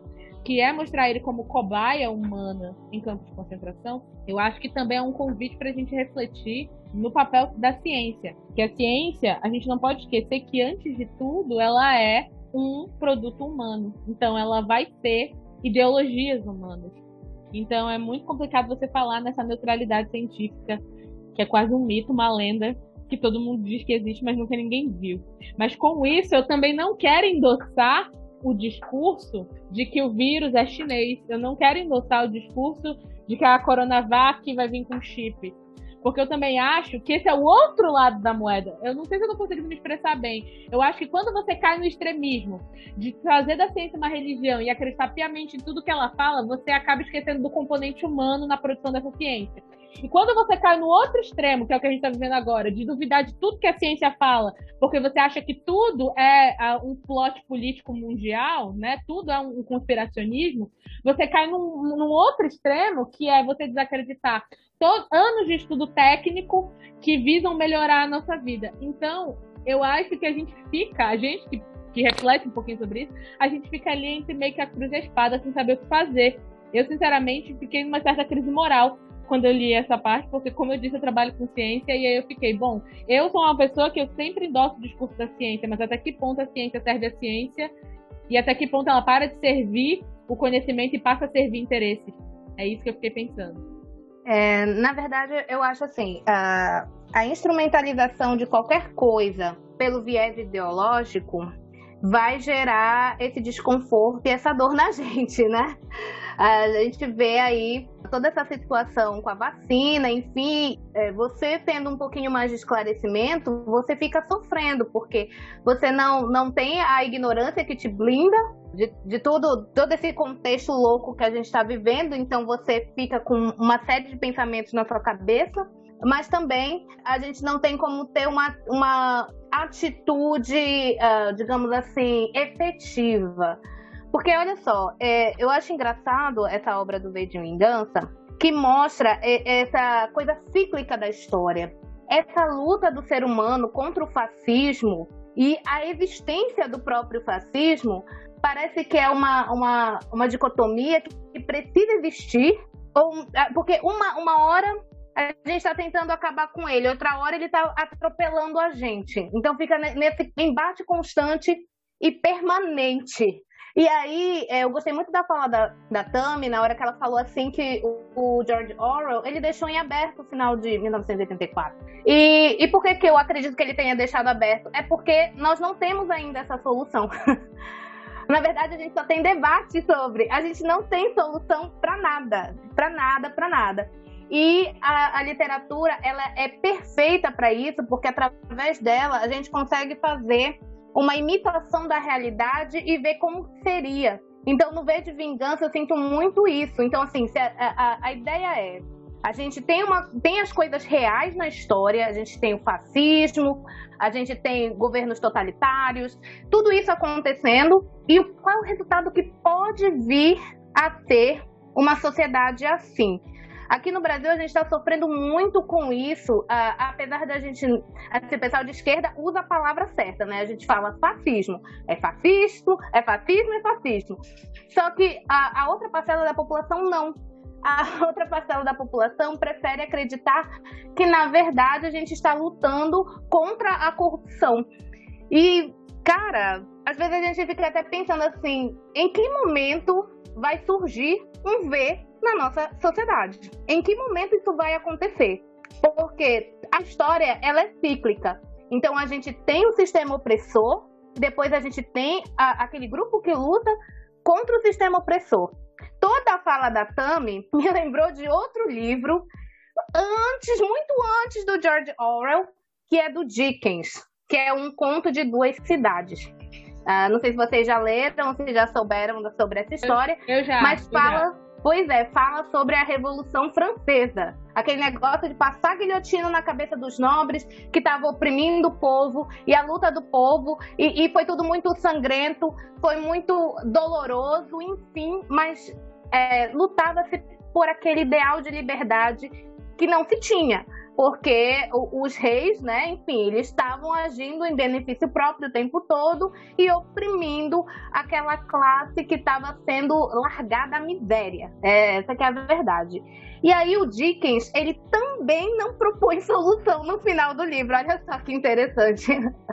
que é mostrar ele como cobaia humana em campos de concentração, eu acho que também é um convite para a gente refletir no papel da ciência. Que a ciência, a gente não pode esquecer que, antes de tudo, ela é um produto humano. Então, ela vai ter ideologias humanas. Então, é muito complicado você falar nessa neutralidade científica, que é quase um mito, uma lenda, que todo mundo diz que existe, mas nunca ninguém viu. Mas, com isso, eu também não quero endossar o discurso de que o vírus é chinês. Eu não quero endossar o discurso de que a Coronavac vai vir com chip. Porque eu também acho que esse é o outro lado da moeda. Eu não sei se eu tô conseguindo me expressar bem. Eu acho que quando você cai no extremismo de fazer da ciência uma religião e acreditar piamente em tudo que ela fala, você acaba esquecendo do componente humano na produção dessa ciência. E quando você cai no outro extremo, que é o que a gente está vivendo agora, de duvidar de tudo que a ciência fala, porque você acha que tudo é um plot político mundial, né? Tudo é um conspiracionismo, você cai num, num outro extremo, que é você desacreditar todos, anos de estudo técnico que visam melhorar a nossa vida. Então, eu acho que a gente fica, a gente que, que reflete um pouquinho sobre isso, a gente fica ali entre meio que a cruz e a espada, sem saber o que fazer. Eu, sinceramente, fiquei numa certa crise moral quando eu li essa parte, porque, como eu disse, eu trabalho com ciência, e aí eu fiquei, bom, eu sou uma pessoa que eu sempre endosso o discurso da ciência, mas até que ponto a ciência serve a ciência, e até que ponto ela para de servir o conhecimento e passa a servir interesses? É isso que eu fiquei pensando. É, na verdade, eu acho assim, a, a instrumentalização de qualquer coisa pelo viés ideológico vai gerar esse desconforto e essa dor na gente, né? A gente vê aí toda essa situação com a vacina, enfim, é, você tendo um pouquinho mais de esclarecimento, você fica sofrendo, porque você não, não tem a ignorância que te blinda de, de tudo, todo esse contexto louco que a gente está vivendo, então você fica com uma série de pensamentos na sua cabeça, mas também a gente não tem como ter uma, uma atitude, uh, digamos assim, efetiva. Porque, olha só, é, eu acho engraçado essa obra do V de Vingança, que mostra é, essa coisa cíclica da história. Essa luta do ser humano contra o fascismo e a existência do próprio fascismo parece que é uma, uma, uma dicotomia que precisa existir, ou, porque uma, uma hora a gente está tentando acabar com ele, outra hora ele está atropelando a gente. Então fica nesse embate constante e permanente. E aí, eu gostei muito da fala da, da Tami, na hora que ela falou assim que o, o George Orwell, ele deixou em aberto o final de mil novecentos e oitenta e quatro. E, e por que, que eu acredito que ele tenha deixado aberto? É porque nós não temos ainda essa solução. Na verdade, a gente só tem debate sobre. A gente não tem solução para nada. Para nada, para nada. E a, a literatura, ela é perfeita para isso, porque através dela a gente consegue fazer uma imitação da realidade e ver como seria. Então, no V de Vingança, eu sinto muito isso. Então, assim, se a, a, a ideia é, a gente tem, uma, tem as coisas reais na história, a gente tem o fascismo, a gente tem governos totalitários, tudo isso acontecendo, e qual é o resultado que pode vir a ter uma sociedade assim? Aqui no Brasil, a gente está sofrendo muito com isso, uh, apesar da gente... Assim, o pessoal de esquerda usa a palavra certa, né? A gente fala fascismo. É fascismo, é fascismo, é fascismo. Só que a, a outra parcela da população, não. A outra parcela da população prefere acreditar que, na verdade, a gente está lutando contra a corrupção. E, cara, às vezes a gente fica até pensando assim, em que momento vai surgir um V na nossa sociedade? Em que momento isso vai acontecer? Porque a história, ela é cíclica. Então a gente tem o sistema opressor, depois a gente tem a, aquele grupo que luta contra o sistema opressor. Toda a fala da Tami me lembrou de outro livro, antes, muito antes do George Orwell, que é do Dickens, que é um conto de duas cidades. Uh, não sei se vocês já leram, se já souberam sobre essa história, eu, eu já, mas eu fala... Já. Pois é, fala sobre a Revolução Francesa. Aquele negócio de passar guilhotina na cabeça dos nobres que estavam oprimindo o povo e a luta do povo. E, e foi tudo muito sangrento, foi muito doloroso, enfim. Mas é, lutava-se por aquele ideal de liberdade que não se tinha. porque os reis, né, enfim, eles estavam agindo em benefício próprio o tempo todo e oprimindo aquela classe que estava sendo largada à miséria. É, essa que é a verdade. E aí o Dickens, ele também não propõe solução no final do livro. Olha só que interessante.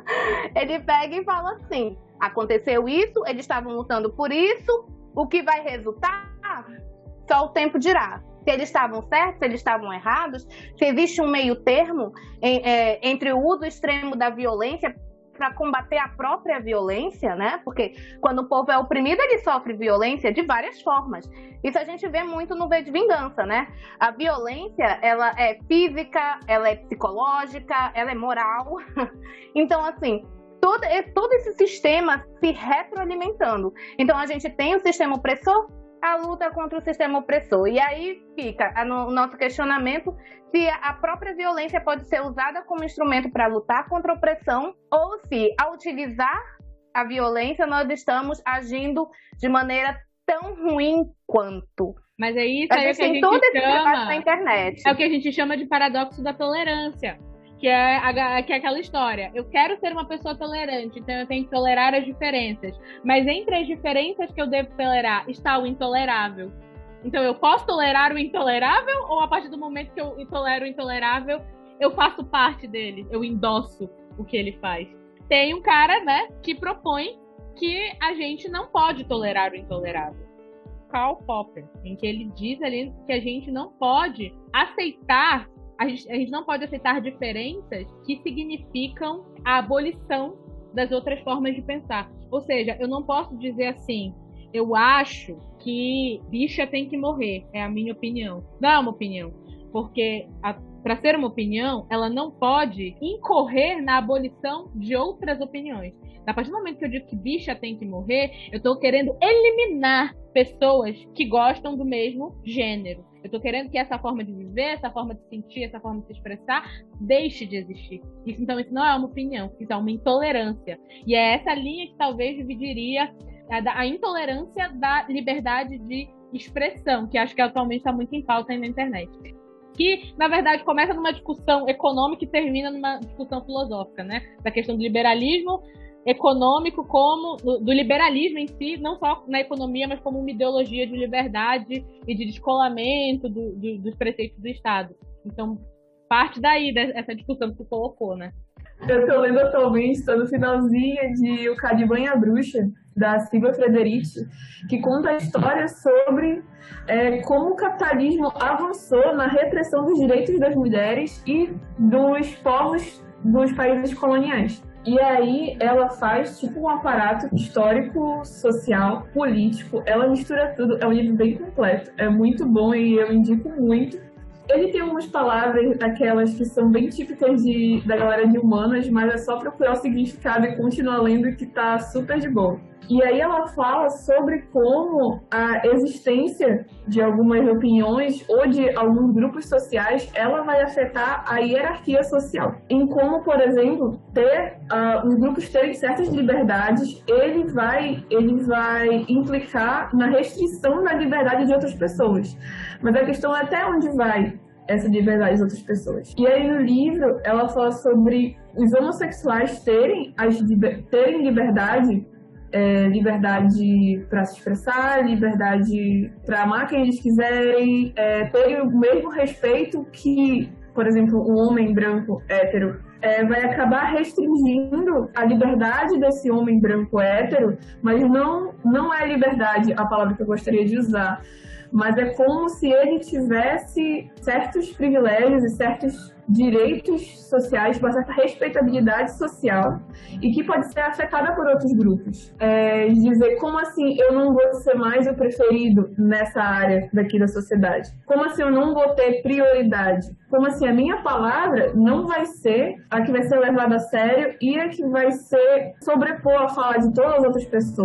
Ele pega e fala assim: aconteceu isso, eles estavam lutando por isso, o que vai resultar? Só o tempo dirá. Se eles estavam certos, se eles estavam errados, se existe um meio termo em, é, entre o uso extremo da violência para combater a própria violência, né? Porque quando o povo é oprimido, ele sofre violência de várias formas. Isso a gente vê muito no V de Vingança, né? A violência, ela é física, ela é psicológica, ela é moral. Então, assim, todo, todo esse sistema se retroalimentando. Então, a gente tem o sistema opressor, a luta contra o sistema opressor. E aí fica o nosso questionamento se a própria violência pode ser usada como instrumento para lutar contra a opressão ou se, ao utilizar a violência, nós estamos agindo de maneira tão ruim quanto. Mas é isso aí que a gente chama... na internet. É o que a gente chama de paradoxo da tolerância. Que é, a, que é aquela história. Eu quero ser uma pessoa tolerante, então eu tenho que tolerar as diferenças. Mas entre as diferenças que eu devo tolerar está o intolerável. Então eu posso tolerar o intolerável ou a partir do momento que eu tolero o intolerável, eu faço parte dele, eu endosso o que ele faz. Tem um cara, né, que propõe que a gente não pode tolerar o intolerável. Karl Popper, em que ele diz ali que a gente não pode aceitar A gente, a gente não pode aceitar diferenças que significam a abolição das outras formas de pensar. Ou seja, eu não posso dizer assim, eu acho que bicha tem que morrer, é a minha opinião. Não é uma opinião, porque para ser uma opinião, ela não pode incorrer na abolição de outras opiniões. A partir do momento que eu digo que bicha tem que morrer, eu estou querendo eliminar pessoas que gostam do mesmo gênero. Eu estou querendo que essa forma de viver, essa forma de sentir, essa forma de se expressar, deixe de existir. Isso, então, isso não é uma opinião, isso é uma intolerância. E é essa linha que talvez dividiria a, a intolerância da liberdade de expressão, que acho que atualmente está muito em pauta aí na internet. Que, na verdade, começa numa discussão econômica e termina numa discussão filosófica, né? Da questão do liberalismo econômico como do liberalismo em si, não só na economia, mas como uma ideologia de liberdade e de descolamento do, do, dos preceitos do Estado. Então, parte daí dessa discussão que tu colocou, né? Eu tô lendo atualmente, estou no finalzinho de O Caliban e a Bruxa, da Silvia Frederici, que conta a história sobre é, como o capitalismo avançou na repressão dos direitos das mulheres e dos povos dos países coloniais. E aí ela faz tipo um aparato histórico, social, político, ela mistura tudo, é um livro bem completo, é muito bom e eu indico muito. Ele tem algumas palavras, aquelas que são bem típicas de, da galera de humanas, mas é só procurar o significado e continuar lendo que tá super de boa. E aí ela fala sobre como a existência de algumas opiniões ou de alguns grupos sociais, ela vai afetar a hierarquia social. Em como, por exemplo, ter uh, os grupos terem certas liberdades, ele vai, ele vai implicar na restrição da liberdade de outras pessoas. Mas a questão é até onde vai essa liberdade de outras pessoas. E aí no livro ela fala sobre os homossexuais terem, as, terem liberdade, é, liberdade para se expressar, liberdade para amar quem eles quiserem, é, terem o mesmo respeito que, por exemplo, um homem branco hétero é, vai acabar restringindo a liberdade desse homem branco hétero, mas não, não é liberdade a palavra que eu gostaria de usar, mas é como se ele tivesse certos privilégios e certos direitos sociais, uma certa respeitabilidade social e que pode ser afetada por outros grupos. É, dizer, como assim eu não vou ser mais o preferido nessa área daqui da sociedade? Como assim eu não vou ter prioridade? Como assim a minha palavra não vai ser a que vai ser levada a sério e a que vai ser sobrepor a fala de todas as outras pessoas?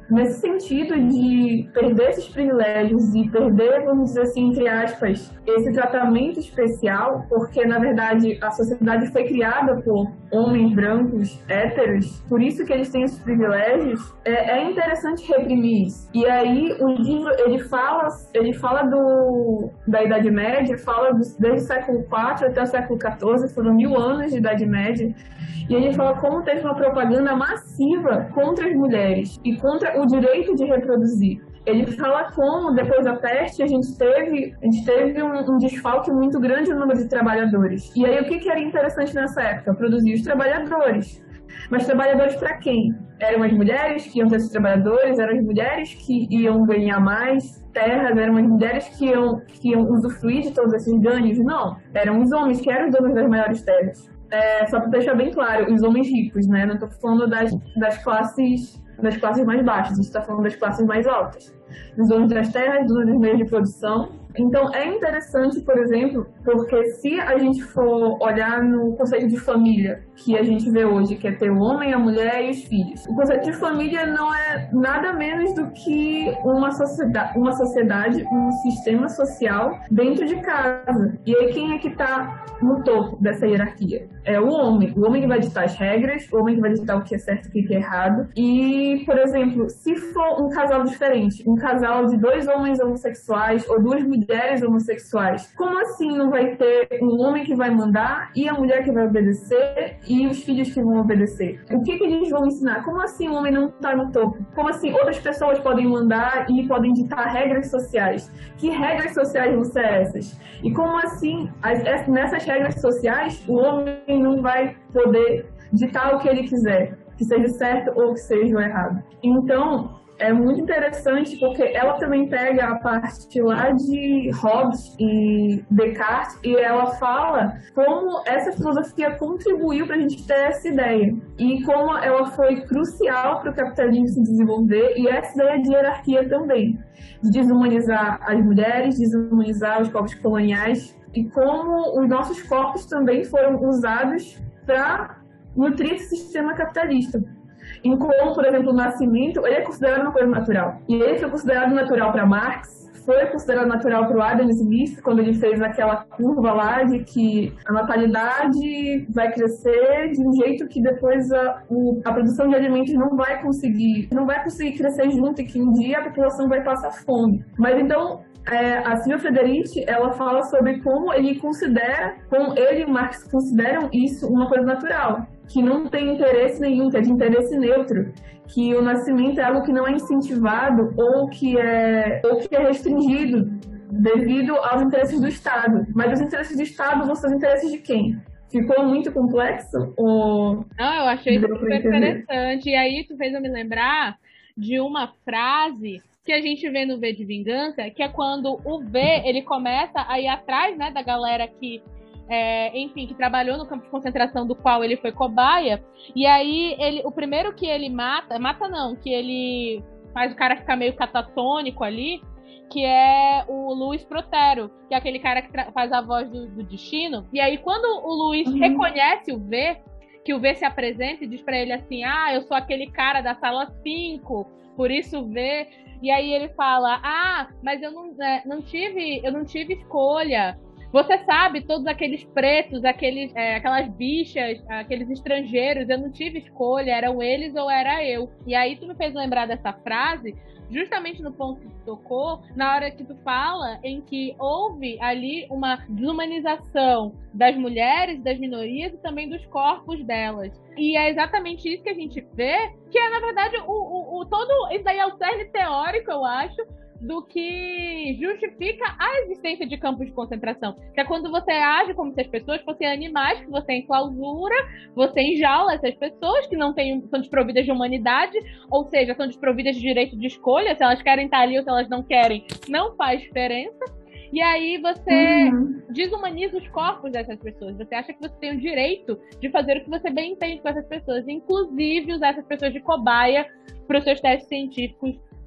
nesse sentido de perder esses privilégios e perder, vamos dizer assim, entre aspas, esse tratamento especial, porque, na verdade, a sociedade foi criada por homens brancos, héteros, por isso que eles têm esses privilégios, é, é interessante reprimir isso. E aí, o livro, ele fala, ele fala do, da Idade Média, fala do, desde o século quatro até o século quatorze, foram mil anos de Idade Média, e ele fala como teve uma propaganda massiva contra as mulheres e contra o direito de reproduzir. Ele fala como, depois da peste, a gente teve, a gente teve um, um desfalque muito grande no número de trabalhadores. E aí, o que, que era interessante nessa época? Produzir os trabalhadores. Mas trabalhadores para quem? Eram as mulheres que iam ser esses trabalhadores? Eram as mulheres que iam ganhar mais terras? Eram as mulheres que iam, que iam usufruir de todos esses ganhos? Não. Eram os homens que eram os donos das maiores terras. É, só para deixar bem claro, os homens ricos, né? Não estou falando das, das, classes, das classes mais baixas, a gente está falando das classes mais altas. Dos donos das terras, dos donos dos meios de produção. Então, é interessante, por exemplo, porque se a gente for olhar no conceito de família que a gente vê hoje, que é ter o homem, a mulher e os filhos, o conceito de família não é nada menos do que uma sociedade, uma sociedade, um sistema social dentro de casa. E aí, quem é que está no topo dessa hierarquia? É o homem. O homem que vai ditar as regras, o homem que vai ditar o que é certo e o que é errado. E, por exemplo, se for um casal diferente, um casal de dois homens homossexuais ou duas mulheres homossexuais, como assim não vai ter um homem que vai mandar e a mulher que vai obedecer e os filhos que vão obedecer? O que, que eles vão ensinar? Como assim o homem não está no topo? Como assim outras pessoas podem mandar e podem ditar regras sociais? Que regras sociais vão ser essas? E como assim, as, nessas regras sociais, o homem não vai poder ditar o que ele quiser, que seja certo ou que seja o errado? Então, é muito interessante porque ela também pega a parte lá de Hobbes e Descartes e ela fala como essa filosofia contribuiu para a gente ter essa ideia e como ela foi crucial para o capitalismo se desenvolver e essa ideia de hierarquia também, de desumanizar as mulheres, desumanizar os povos coloniais e como os nossos corpos também foram usados para nutrir esse sistema capitalista. Em como, por exemplo, o nascimento, ele é considerado uma coisa natural. E ele foi considerado natural para Marx, foi considerado natural para o Adam Smith, quando ele fez aquela curva lá de que a natalidade vai crescer de um jeito que depois a, o, a produção de alimentos não vai conseguir, não vai conseguir crescer junto e que um dia a população vai passar fome. Mas então, É, a Silvia Frederici, ela fala sobre como ele considera, como ele e Marx consideram isso uma coisa natural, que não tem interesse nenhum, que é de interesse neutro, que o nascimento é algo que não é incentivado ou que é, ou que é restringido devido aos interesses do Estado. Mas os interesses do Estado vão ser os interesses de quem? Ficou muito complexo? Ou... Não, eu achei super interessante. E aí tu fez eu me lembrar de uma frase que a gente vê no V de Vingança, que é quando o V, ele começa a ir atrás, né, da galera que, é, enfim, que trabalhou no campo de concentração do qual ele foi cobaia, e aí ele, o primeiro que ele mata, mata não, que ele faz o cara ficar meio catatônico ali, que é o Luiz Protero, que é aquele cara que faz a voz do, do Destino, e aí quando o Luiz uhum. reconhece o V, que o V se apresenta e diz pra ele assim, ah, eu sou aquele cara da sala cinco, por isso o V... E aí ele fala, ah, mas eu não, é, não tive, eu não tive escolha. Você sabe, todos aqueles pretos, aqueles, é, aquelas bichas, aqueles estrangeiros, eu não tive escolha, eram eles ou era eu. E aí tu me fez lembrar dessa frase, justamente no ponto que tu tocou, na hora que tu fala em que houve ali uma desumanização das mulheres, das minorias e também dos corpos delas. E é exatamente isso que a gente vê, que é, na verdade, o, o, o todo... Isso daí é o cerne teórico, eu acho, do que justifica a existência de campos de concentração. Que é quando você age como se as pessoas fossem animais, que você enclausura, você enjaula essas pessoas que não têm, são desprovidas de humanidade, ou seja, são desprovidas de direito de escolha, se elas querem estar ali ou se elas não querem, não faz diferença. E aí você uhum. desumaniza os corpos dessas pessoas. Você acha que você tem o direito de fazer o que você bem entende com essas pessoas, inclusive usar essas pessoas de cobaia para os seus testes científicos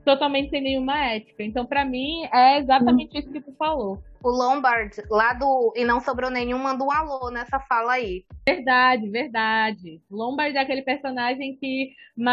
totalmente sem nenhuma ética. Então, pra mim, é exatamente isso que tu falou. O Lombard, lá do E Não Sobrou Nenhum, manda um alô nessa fala aí. Verdade, verdade. Lombard é aquele personagem que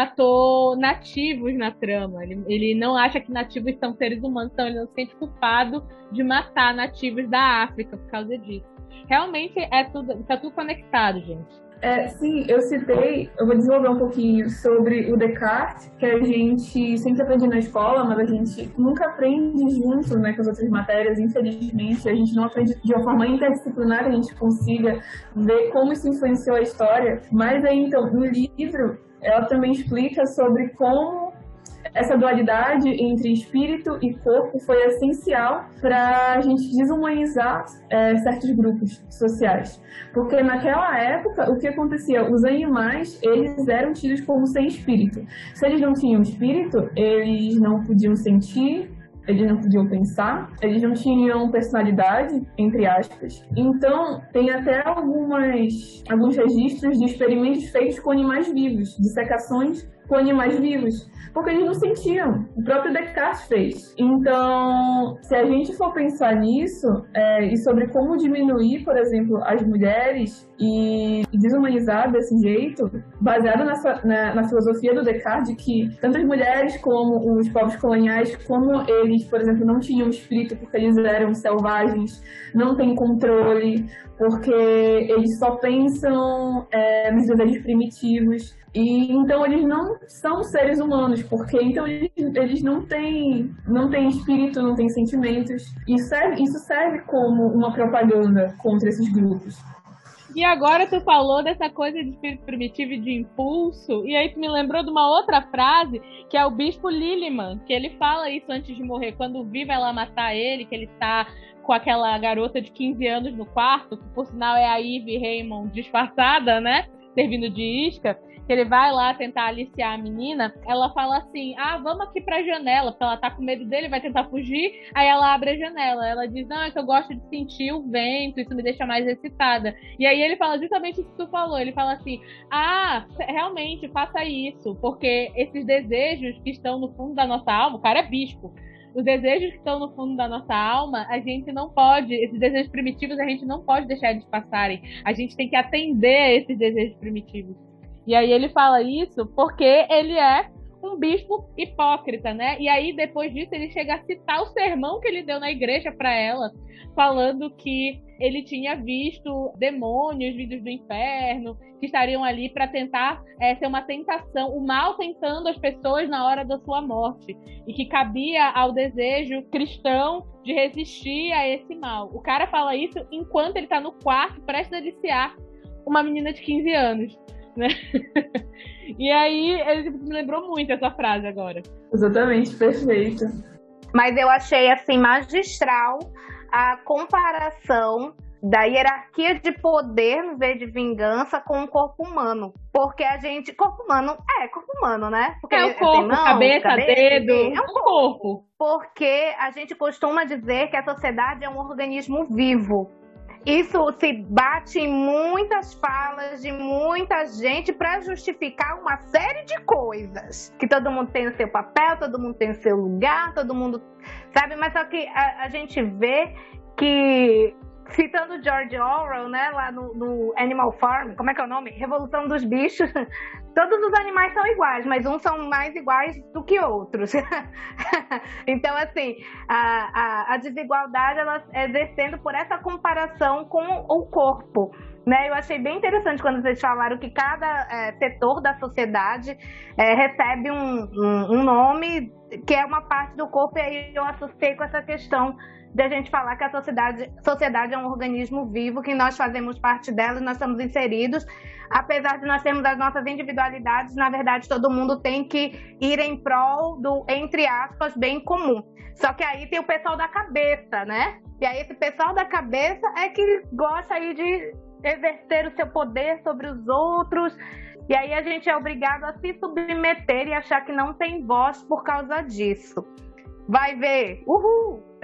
matou nativos na trama. Ele, ele não acha que nativos são seres humanos, então ele não se sente culpado de matar nativos da África por causa disso. Realmente é tudo, tá tudo conectado, gente. É, sim, eu citei, eu vou desenvolver um pouquinho sobre o Descartes, que a gente sempre aprende na escola, mas a gente nunca aprende junto, né, com as outras matérias, infelizmente. A gente não aprende de uma forma interdisciplinar que a gente consiga ver como isso influenciou a história. Mas aí, então, no livro, ela também explica sobre como essa dualidade entre espírito e corpo foi essencial para a gente desumanizar é, certos grupos sociais. Porque naquela época, o que acontecia? Os animais, eles eram tidos como sem espírito. Se eles não tinham espírito, eles não podiam sentir, eles não podiam pensar, eles não tinham personalidade, entre aspas. Então, tem até algumas, alguns registros de experimentos feitos com animais vivos, dissecações com animais vivos, porque eles não sentiam. O próprio Descartes fez. Então, se a gente for pensar nisso, é, e sobre como diminuir, por exemplo, as mulheres e, e desumanizar desse jeito, baseado na, na, na filosofia do Descartes, de que tanto as mulheres como os povos coloniais, como eles, por exemplo, não tinham espírito porque eles eram selvagens, não têm controle, porque eles só pensam é, nos desejos primitivos. E então eles não são seres humanos, porque então eles, eles não têm não têm espírito, não têm sentimentos. E serve, isso serve como uma propaganda contra esses grupos. E agora tu falou dessa coisa de espírito primitivo e de impulso, e aí tu me lembrou de uma outra frase, que é o Bispo Liliman, que ele fala isso antes de morrer, quando o Vi vai lá matar ele, que ele tá com aquela garota de quinze anos no quarto, que por sinal é a Ivy Raymond disfarçada, né, servindo de isca, que ele vai lá tentar aliciar a menina, ela fala assim, ah, vamos aqui pra janela, porque ela tá com medo dele, vai tentar fugir, aí ela abre a janela, ela diz, não, é que eu gosto de sentir o vento, isso me deixa mais excitada. E aí ele fala justamente isso que tu falou, ele fala assim, ah, realmente, faça isso, porque esses desejos que estão no fundo da nossa alma, o cara é bispo, os desejos que estão no fundo da nossa alma, a gente não pode, esses desejos primitivos a gente não pode deixar eles passarem, a gente tem que atender a esses desejos primitivos. E aí ele fala isso porque ele é um bispo hipócrita, né? E aí, depois disso, ele chega a citar o sermão que ele deu na igreja para ela, falando que ele tinha visto demônios vindos do inferno, que estariam ali para tentar é, ser uma tentação, o mal tentando as pessoas na hora da sua morte, e que cabia ao desejo cristão de resistir a esse mal. O cara fala isso enquanto ele está no quarto, prestes a aliciar uma menina de quinze anos. Né? E aí ele me lembrou muito essa frase agora. Exatamente, perfeito. Mas eu achei assim magistral a comparação da hierarquia de poder no V de Vingança com o corpo humano. Porque a gente... Corpo humano é corpo humano, né? Porque é o corpo, tem mão, cabeça, cabeça, dedo. É um corpo. Porque a gente costuma dizer que a sociedade é um organismo vivo. Isso se bate em muitas falas de muita gente para justificar uma série de coisas. Que todo mundo tem o seu papel, todo mundo tem o seu lugar, todo mundo... Sabe? Mas só que a, a gente vê que... Citando George Orwell, né, lá no, no Animal Farm, como é que é o nome? Revolução dos Bichos. Todos os animais são iguais, mas uns são mais iguais do que outros. Então, assim, a, a, a desigualdade ela é descendo por essa comparação com o corpo. Né? Eu achei bem interessante quando vocês falaram que cada é, setor da sociedade é, recebe um, um, um nome que é uma parte do corpo, e aí eu associei com essa questão de a gente falar que a sociedade, sociedade é um organismo vivo, que nós fazemos parte dela e nós estamos inseridos. Apesar de nós termos as nossas individualidades, na verdade todo mundo tem que ir em prol do, entre aspas, bem comum. Só que aí tem o pessoal da cabeça, né? E aí esse pessoal da cabeça é que gosta aí de exercer o seu poder sobre os outros. E aí a gente é obrigado a se submeter e achar que não tem voz por causa disso. Vai ver, uhul!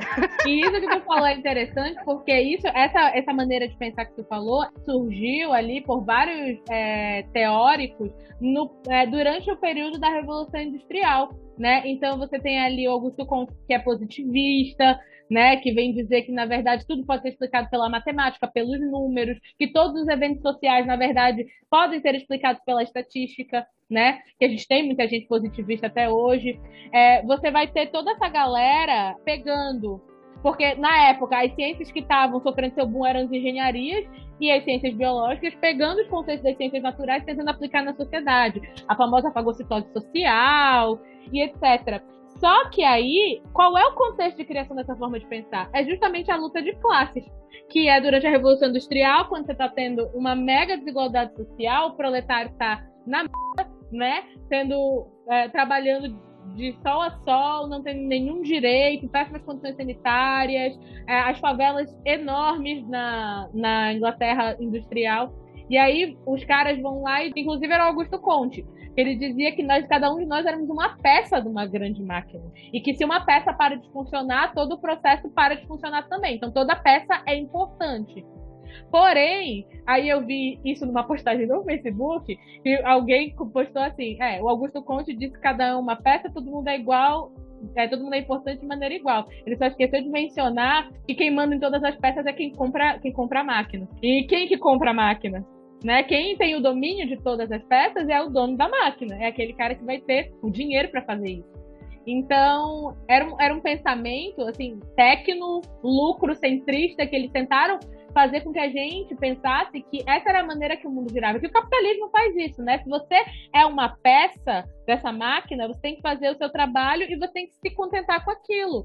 E isso que tu falou é interessante, porque isso, essa, essa maneira de pensar que tu falou surgiu ali por vários é, teóricos no, é, durante o período da Revolução Industrial, né? Então você tem ali o Augusto Comte, que é positivista, né, que vem dizer que, na verdade, tudo pode ser explicado pela matemática, pelos números, que todos os eventos sociais, na verdade, podem ser explicados pela estatística, né, que a gente tem muita gente positivista até hoje. É, você vai ter toda essa galera pegando, porque, na época, as ciências que estavam sofrendo seu boom eram as engenharias e as ciências biológicas, pegando os conceitos das ciências naturais e tentando aplicar na sociedade. A famosa fagocitose social e etcétera. Só que aí, qual é o contexto de criação dessa forma de pensar? É justamente a luta de classes, que é durante a Revolução Industrial, quando você está tendo uma mega desigualdade social, o proletário está na merda, né? Tendo, é, trabalhando de sol a sol, não tendo nenhum direito, péssimas condições sanitárias, é, as favelas enormes na, na Inglaterra industrial. E aí os caras vão lá, e inclusive era o Augusto Comte, ele dizia que nós, cada um de nós éramos uma peça de uma grande máquina. E que se uma peça para de funcionar, todo o processo para de funcionar também. Então toda peça é importante. Porém, aí eu vi isso numa postagem no Facebook, e alguém postou assim, é, o Augusto Comte disse que cada um é uma peça, todo mundo é igual, é, todo mundo é importante de maneira igual. Ele só esqueceu de mencionar que quem manda em todas as peças é quem compra, quem compra a máquina. E quem que compra a máquina? Né? Quem tem o domínio de todas as peças é o dono da máquina, é aquele cara que vai ter o dinheiro para fazer isso. Então, era um, era um pensamento assim, tecno, lucro-centrista, que eles tentaram fazer com que a gente pensasse que essa era a maneira que o mundo girava. Que o capitalismo faz isso, né? Se você é uma peça dessa máquina, você tem que fazer o seu trabalho e você tem que se contentar com aquilo.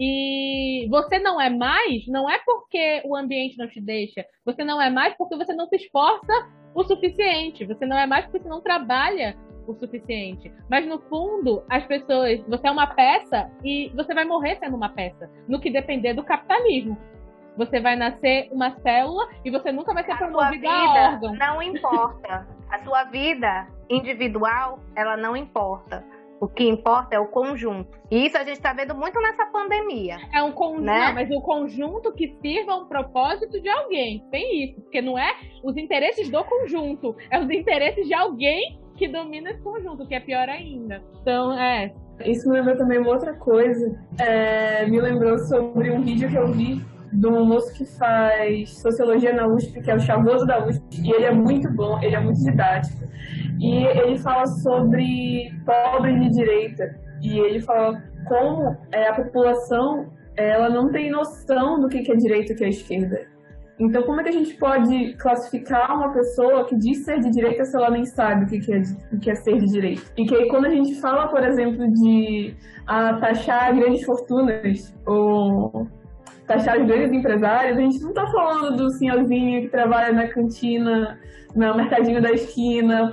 E você não é mais, não é porque o ambiente não te deixa, você não é mais porque você não se esforça o suficiente, você não é mais porque você não trabalha o suficiente. Mas no fundo, as pessoas, você é uma peça e você vai morrer sendo uma peça, no que depender do capitalismo. Você vai nascer uma célula e você nunca vai ser promovida a órgão. Não importa. A sua vida individual, ela não importa. O que importa é o conjunto. E isso a gente está vendo muito nessa pandemia. É um conjunto, né? Mas o conjunto que sirva um propósito de alguém. Tem isso. Porque não é os interesses do conjunto, é os interesses de alguém que domina esse conjunto, que é pior ainda. Então, é. Isso me lembrou também uma outra coisa. É, me lembrou sobre um vídeo que eu vi de um moço que faz sociologia na U S P, que é o Chavoso da U S P, e ele é muito bom, ele é muito didático. E ele fala sobre pobres de direita, e ele fala como é, a população ela não tem noção do que é direita e o que é esquerda. Então, como é que a gente pode classificar uma pessoa que diz ser de direita se ela nem sabe o que é, o que é ser de direita? E que aí, quando a gente fala, por exemplo, de a, taxar grandes fortunas, ou taxar os grandes empresários, a gente não está falando do senhorzinho que trabalha na cantina, no mercadinho da esquina,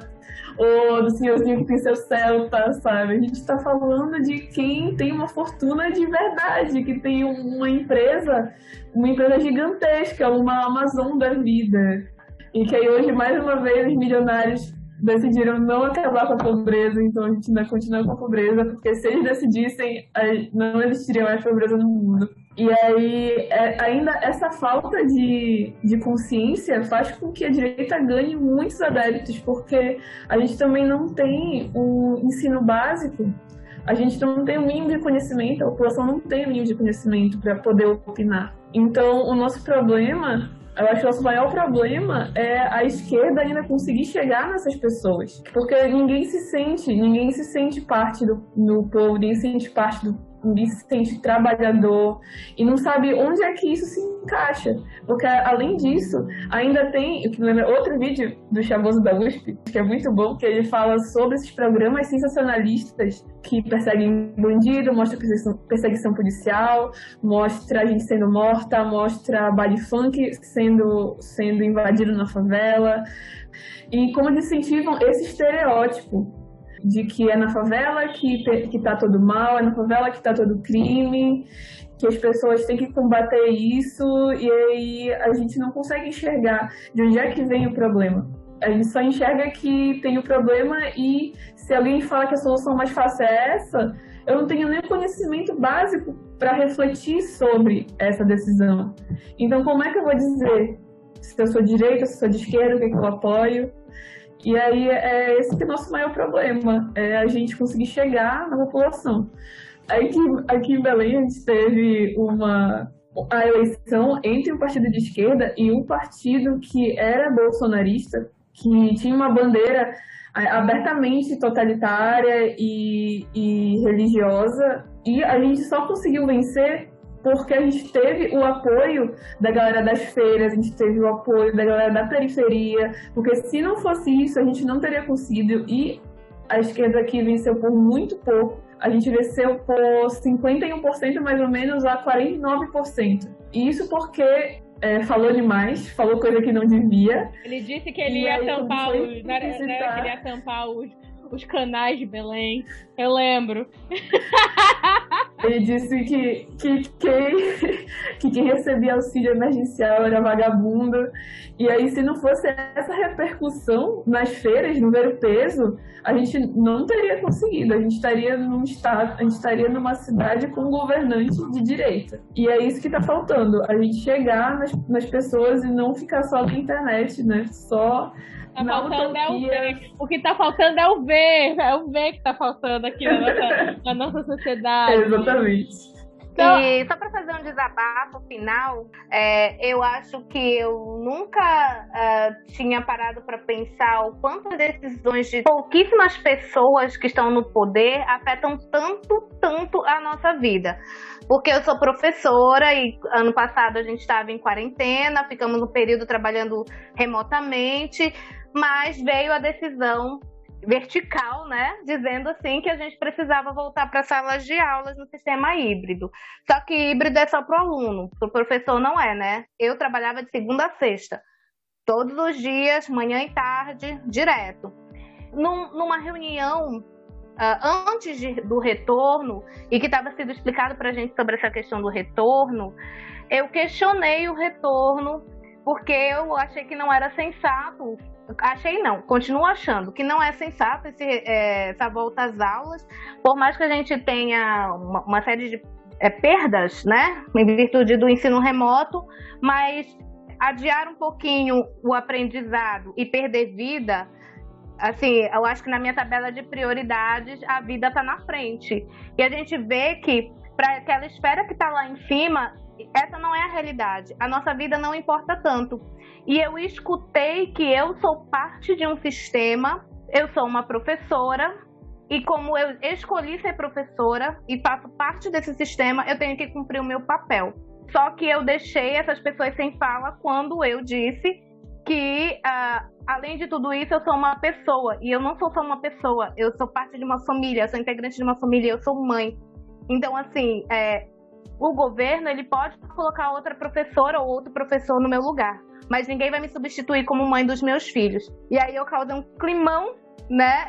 ou do senhorzinho que tem seu Celta, sabe? A gente está falando de quem tem uma fortuna de verdade, que tem uma empresa, uma empresa gigantesca, uma Amazon da vida. E que aí hoje, mais uma vez, os milionários decidiram não acabar com a pobreza, então a gente ainda continua com a pobreza, porque se eles decidissem, não existiria mais pobreza no mundo. E aí, é, ainda essa falta de, de consciência faz com que a direita ganhe muitos adeptos, porque a gente também não tem um ensino básico, a gente não tem o um mínimo de conhecimento, a população não tem o um mínimo de conhecimento para poder opinar. Então, o nosso problema, eu acho que o nosso maior problema é a esquerda ainda conseguir chegar nessas pessoas, porque ninguém se sente, ninguém se sente parte do, do povo, ninguém se sente parte do ninguém se sente trabalhador e não sabe onde é que isso se encaixa, porque além disso ainda tem, o que lembra outro vídeo do Chavoso da U S P, que é muito bom, que ele fala sobre esses programas sensacionalistas que perseguem bandido, mostra perseguição, perseguição policial, mostra a gente sendo morta, mostra baile funk sendo, sendo invadido na favela, e como eles incentivam esse estereótipo de que é na favela que, que tá todo mal, é na favela que tá todo crime, que as pessoas têm que combater isso, e aí a gente não consegue enxergar de onde é que vem o problema. A gente só enxerga que tem o problema e se alguém fala que a solução mais fácil é essa, eu não tenho nem conhecimento básico para refletir sobre essa decisão. Então, como é que eu vou dizer se eu sou de direita, se eu sou de esquerda, o que, é que eu apoio? E aí é esse que é o nosso maior problema, é a gente conseguir chegar na população. Aqui, aqui em Belém a gente teve uma a eleição entre um partido de esquerda e um partido que era bolsonarista, que tinha uma bandeira abertamente totalitária e, e religiosa, e a gente só conseguiu vencer porque a gente teve o apoio da galera das feiras, a gente teve o apoio da galera da periferia, porque se não fosse isso, a gente não teria conseguido, e a esquerda aqui venceu por muito pouco, a gente venceu por cinquenta e um por cento mais ou menos a quarenta e nove por cento. E isso porque é, falou demais, falou coisa que não devia. Ele disse que ele ia tampar os, né, que ele ia tampar os, os canais de Belém, eu lembro. Ele disse que, que, quem, que quem recebia auxílio emergencial era vagabundo. E aí, se não fosse essa repercussão nas feiras, no Ver o Peso, a gente não teria conseguido. A gente estaria num estado, a gente estaria numa cidade com um governante de direita. E é isso que está faltando, a gente chegar nas, nas pessoas e não ficar só na internet, né? Só... Tá faltando é o ver. O que tá faltando é o ver. É o ver que tá faltando aqui na nossa, na nossa sociedade. É, exatamente. Então, e só para fazer um desabafo final, é, eu acho que eu nunca uh, tinha parado para pensar o quanto as decisões de pouquíssimas pessoas que estão no poder afetam tanto, tanto a nossa vida. Porque eu sou professora e ano passado a gente estava em quarentena, ficamos no período trabalhando remotamente, mas veio a decisão vertical, né, dizendo assim que a gente precisava voltar para salas de aulas no sistema híbrido. Só que híbrido é só para o aluno, para o professor não é, né? Eu trabalhava de segunda a sexta, todos os dias, manhã e tarde, direto. Num, numa reunião Uh, antes de, do retorno, e que estava sendo explicado para a gente sobre essa questão do retorno, eu questionei o retorno, porque eu achei que não era sensato, achei não, continuo achando que não é sensato esse, é, essa volta às aulas, por mais que a gente tenha uma, uma série de é, perdas, né, em virtude do ensino remoto, mas adiar um pouquinho o aprendizado e perder vida, assim, eu acho que na minha tabela de prioridades a vida está na frente. E a gente vê que para aquela esfera que está lá em cima, essa não é a realidade. A nossa vida não importa tanto. E eu escutei que eu sou parte de um sistema, eu sou uma professora, e como eu escolhi ser professora e faço parte desse sistema, eu tenho que cumprir o meu papel. Só que eu deixei essas pessoas sem fala quando eu disse que, uh, além de tudo isso, eu sou uma pessoa. E eu não sou só uma pessoa, eu sou parte de uma família, eu sou integrante de uma família, eu sou mãe. Então, assim, é, o governo, ele pode colocar outra professora ou outro professor no meu lugar, mas ninguém vai me substituir como mãe dos meus filhos. E aí eu causei um climão, né,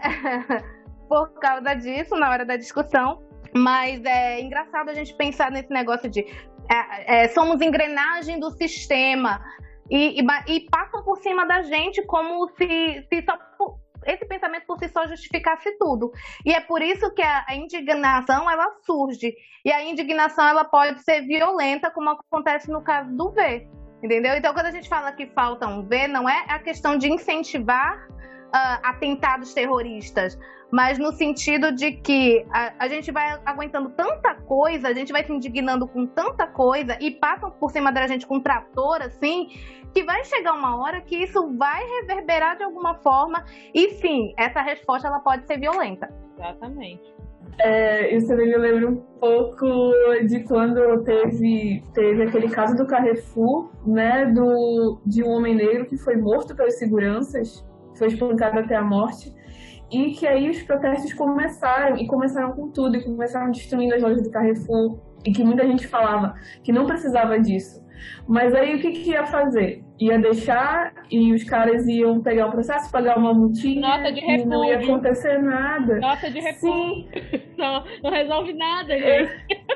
por causa disso, na hora da discussão. Mas é engraçado a gente pensar nesse negócio de é, é, somos engrenagem do sistema, E, e, e passam por cima da gente como se, se só, esse pensamento por si só justificasse tudo. E é por isso que a, a indignação, ela surge. E a indignação, ela pode ser violenta, como acontece no caso do V, entendeu? Então, quando a gente fala que falta um V, não é a questão de incentivar uh, atentados terroristas, mas no sentido de que a, a gente vai aguentando tanta coisa, a gente vai se indignando com tanta coisa e passam por cima da gente com um trator, assim, que vai chegar uma hora que isso vai reverberar de alguma forma e sim, essa resposta ela pode ser violenta. Exatamente. É, isso também me lembra um pouco de quando teve, teve aquele caso do Carrefour, né, do, de um homem negro que foi morto pelos seguranças, foi espancado até a morte. E que aí os protestos começaram, e começaram com tudo, e começaram destruindo as lojas do Carrefour, e que muita gente falava que não precisava disso. Mas aí o que, que ia fazer? Ia deixar, e os caras iam pegar o processo, pagar uma multinha, Nota de repúdio. E não ia acontecer nada. Nota de repúdio. Sim. Não, não resolve nada, gente.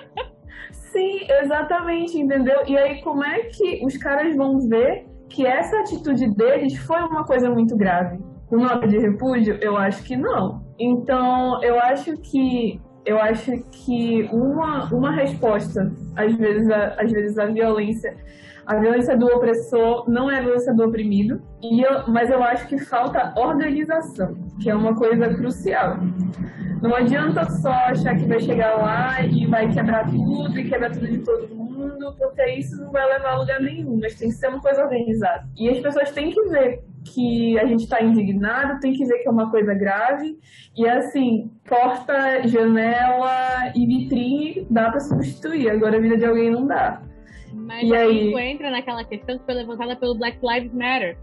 Sim, exatamente, entendeu? E aí como é que os caras vão ver que essa atitude deles foi uma coisa muito grave? Com nota de repúdio? Eu acho que não. Então, eu acho que eu acho que uma, uma resposta, às vezes, a, às vezes a violência, a violência do opressor não é a violência do oprimido, e eu, mas eu acho que falta organização, que é uma coisa crucial. Não adianta só achar que vai chegar lá e vai quebrar tudo e quebrar tudo de todo mundo, porque isso não vai levar a lugar nenhum, mas tem que ser uma coisa organizada. E as pessoas têm que ver que a gente está indignado, tem que ver que é uma coisa grave, e assim, porta, janela e vitrine dá para substituir, agora a vida de alguém não dá. Mas e aí isso entra naquela questão que foi levantada pelo Black Lives Matter,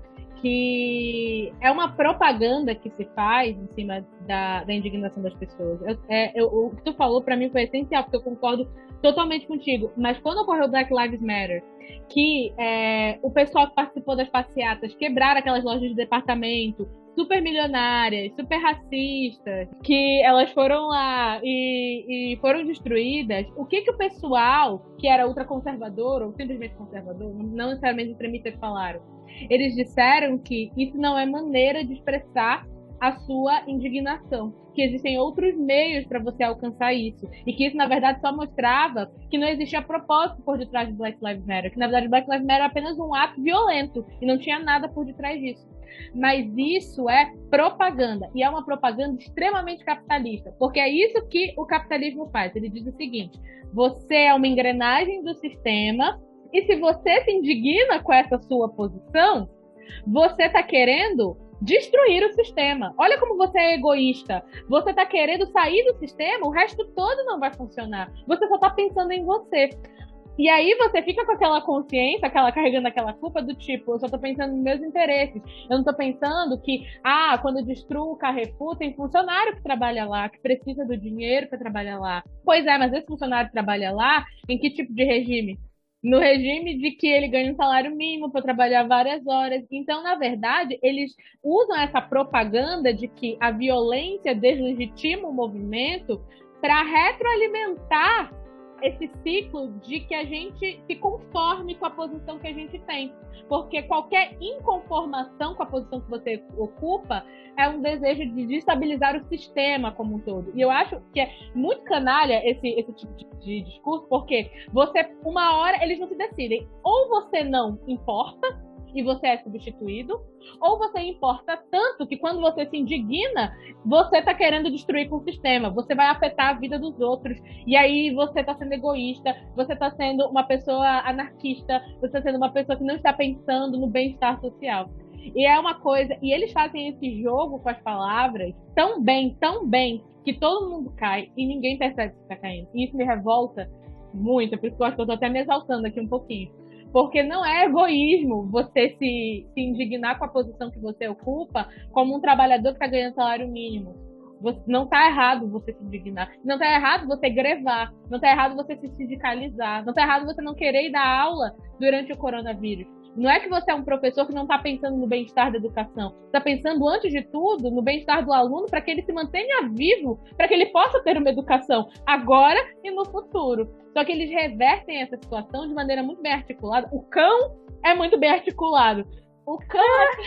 que é uma propaganda que se faz em cima da, da indignação das pessoas. Eu, é, eu, o que tu falou para mim foi essencial, porque eu concordo totalmente contigo. Mas quando ocorreu o Black Lives Matter, que é, o pessoal que participou das passeatas quebraram aquelas lojas de departamento super milionárias, super racistas, que elas foram lá e, e foram destruídas, o que que o pessoal, que era ultraconservador ou simplesmente conservador, não necessariamente extremistas, falaram? Eles disseram que isso não é maneira de expressar a sua indignação, que existem outros meios para você alcançar isso, e que isso, na verdade, só mostrava que não existia propósito por detrás do Black Lives Matter, que, na verdade, o Black Lives Matter era apenas um ato violento, e não tinha nada por detrás disso. Mas isso é propaganda, e é uma propaganda extremamente capitalista, porque é isso que o capitalismo faz. Ele diz o seguinte: você é uma engrenagem do sistema, e se você se indigna com essa sua posição, você está querendo destruir o sistema. Olha como você é egoísta. Você está querendo sair do sistema, o resto todo não vai funcionar. Você só está pensando em você. E aí você fica com aquela consciência, aquela, carregando aquela culpa do tipo, eu só tô pensando nos meus interesses. Eu não tô pensando que, ah, quando eu destruo o Carrefour, tem funcionário que trabalha lá, que precisa do dinheiro para trabalhar lá. Pois é, mas esse funcionário trabalha lá em que tipo de regime? No regime de que ele ganha um salário mínimo para trabalhar várias horas. Então, na verdade, eles usam essa propaganda de que a violência deslegitima o movimento para retroalimentar esse ciclo de que a gente se conforme com a posição que a gente tem. Porque qualquer inconformação com a posição que você ocupa é um desejo de destabilizar o sistema como um todo. E eu acho que é muito canalha esse, esse tipo de, de discurso, porque você, uma hora, eles não se decidem. Ou você não importa, e você é substituído, ou você importa tanto que quando você se indigna, você está querendo destruir com o sistema, você vai afetar a vida dos outros, e aí você está sendo egoísta, você está sendo uma pessoa anarquista, você está sendo uma pessoa que não está pensando no bem-estar social. E é uma coisa, e eles fazem esse jogo com as palavras tão bem, tão bem, que todo mundo cai e ninguém percebe que está caindo. E isso me revolta muito, por isso que eu acho que eu estou até me exaltando aqui um pouquinho. Porque não é egoísmo você se, se indignar com a posição que você ocupa como um trabalhador que está ganhando salário mínimo. Você, não está errado você se indignar. Não está errado você grevar. Não está errado você se sindicalizar. Não está errado você não querer ir dar aula durante o coronavírus. Não é que você é um professor que não está pensando no bem-estar da educação. Está pensando, antes de tudo, no bem-estar do aluno para que ele se mantenha vivo, para que ele possa ter uma educação agora e no futuro. Só que eles revertem essa situação de maneira muito bem articulada. O cão é muito bem articulado. O cão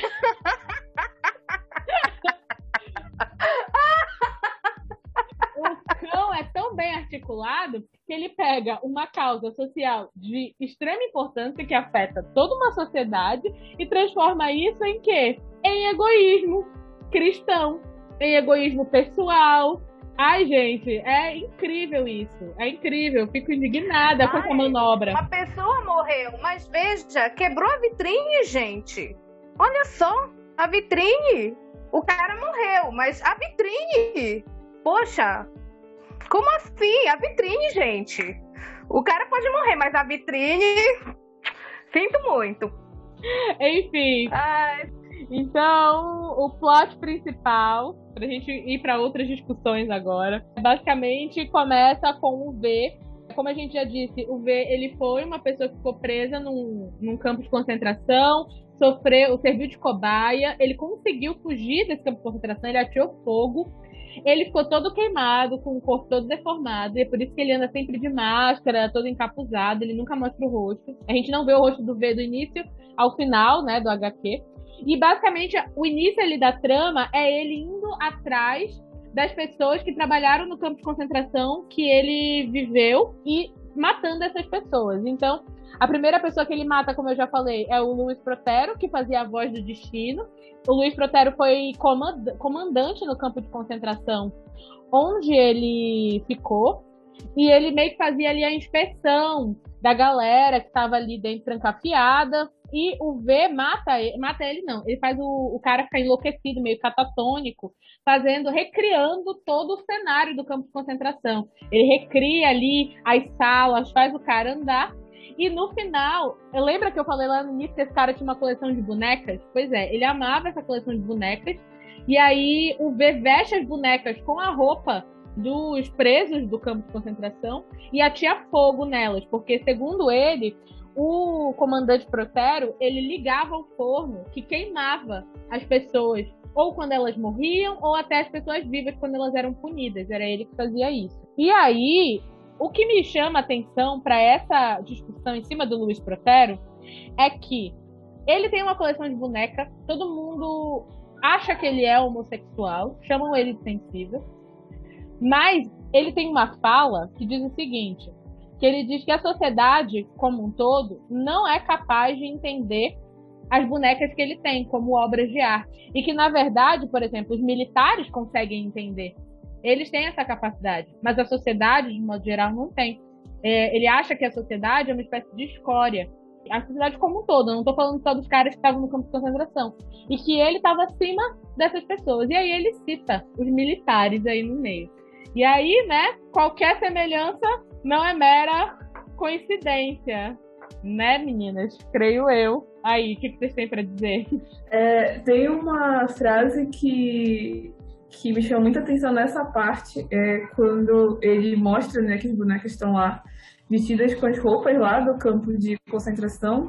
O cão é tão bem articulado que ele pega uma causa social de extrema importância que afeta toda uma sociedade e transforma isso em quê? Em egoísmo cristão, em egoísmo pessoal. Ai, gente, é incrível isso. É incrível. Eu fico indignada Ai, com essa manobra. Uma pessoa morreu, mas veja, quebrou a vitrine, gente. Olha só, a vitrine. O cara morreu, mas a vitrine... Poxa, como assim? A vitrine, gente. O cara pode morrer, mas a vitrine... Sinto muito. Enfim. Ai. Então, o plot principal, pra gente ir para outras discussões agora, basicamente começa com o V. Como a gente já disse, o V, ele foi uma pessoa que ficou presa num, num campo de concentração, sofreu, serviu de cobaia, ele conseguiu fugir desse campo de concentração, ele atirou fogo. Ele ficou todo queimado, com o corpo todo deformado, e é por isso que ele anda sempre de máscara, todo encapuzado, ele nunca mostra o rosto. A gente não vê o rosto do V do início ao final, né, do agá quê. E basicamente o início ali da trama é ele indo atrás das pessoas que trabalharam no campo de concentração que ele viveu e matando essas pessoas. Então, a primeira pessoa que ele mata, como eu já falei, é o Luiz Protero, que fazia a voz do destino. O Luiz Protero foi comandante no campo de concentração onde ele ficou. E ele meio que fazia ali a inspeção da galera que estava ali dentro trancafiada. E o V mata ele, mata ele não, ele faz o, o cara ficar enlouquecido, meio catatônico, fazendo, recriando todo o cenário do campo de concentração. Ele recria ali as salas, faz o cara andar. E no final, eu lembro que eu falei lá no início que esse cara tinha uma coleção de bonecas? Pois é, ele amava essa coleção de bonecas. E aí o V veste as bonecas com a roupa dos presos do campo de concentração e atia fogo nelas, porque segundo ele, o comandante Protero, ele ligava o forno que queimava as pessoas, ou quando elas morriam, ou até as pessoas vivas quando elas eram punidas. Era ele que fazia isso. E aí, o que me chama a atenção para essa discussão em cima do Luiz Protero é que ele tem uma coleção de bonecas, todo mundo acha que ele é homossexual, chamam ele de sensível, mas ele tem uma fala que diz o seguinte, que ele diz que a sociedade, como um todo, não é capaz de entender as bonecas que ele tem como obras de arte. E que, na verdade, por exemplo, os militares conseguem entender. Eles têm essa capacidade, mas a sociedade, de modo geral, não tem. É, ele acha que a sociedade é uma espécie de escória. A sociedade como um todo, eu não estou falando só dos caras que estavam no campo de concentração. E que ele estava acima dessas pessoas. E aí ele cita os militares aí no meio. E aí, né, qualquer semelhança não é mera coincidência, né, meninas? Creio eu. Aí, o que, que vocês têm para dizer? É, tem uma frase que, que me chama muita atenção nessa parte, é quando ele mostra, né, que as bonecas estão lá vestidas com as roupas lá do campo de concentração.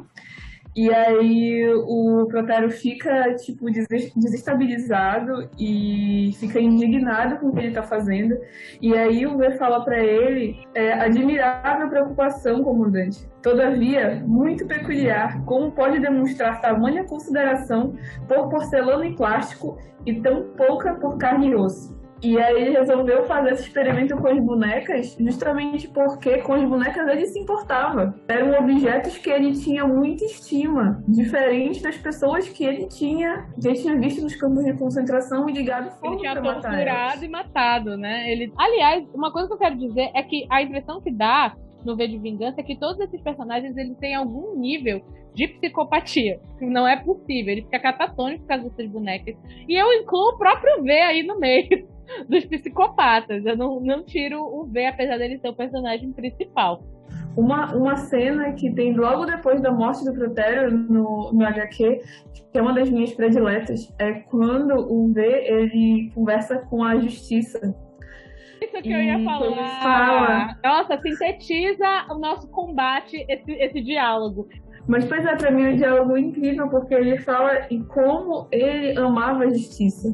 E aí o Protero fica, tipo, desestabilizado e fica indignado com o que ele está fazendo. E aí o V fala para ele, é, admirável preocupação, comandante. Todavia, muito peculiar, como pode demonstrar tamanha consideração por porcelana e plástico e tão pouca por carne e osso. E aí ele resolveu fazer esse experimento com as bonecas justamente porque com as bonecas ele se importava. Eram objetos que ele tinha muita estima, diferente das pessoas que ele tinha, já tinha visto nos campos de concentração e ligado fogo para matar elas. Ele tinha torturado e matado, né? Ele... Aliás, uma coisa que eu quero dizer é que a impressão que dá no V de Vingança é que todos esses personagens eles têm algum nível de psicopatia. Não é possível. Ele fica catatônico por causa dessas bonecas. E eu incluo o próprio V aí no meio dos psicopatas. Eu não, não tiro o V, apesar dele ser o personagem principal. Uma, uma cena que tem logo depois da morte do Protero no, no H Q, que é uma das minhas prediletas, é quando o V ele conversa com a Justiça. Isso que eu ia falar. Fala... Nossa, sintetiza o nosso combate, esse, esse diálogo. Mas, pois é, pra mim é um diálogo incrível, porque ele fala em como ele amava a justiça.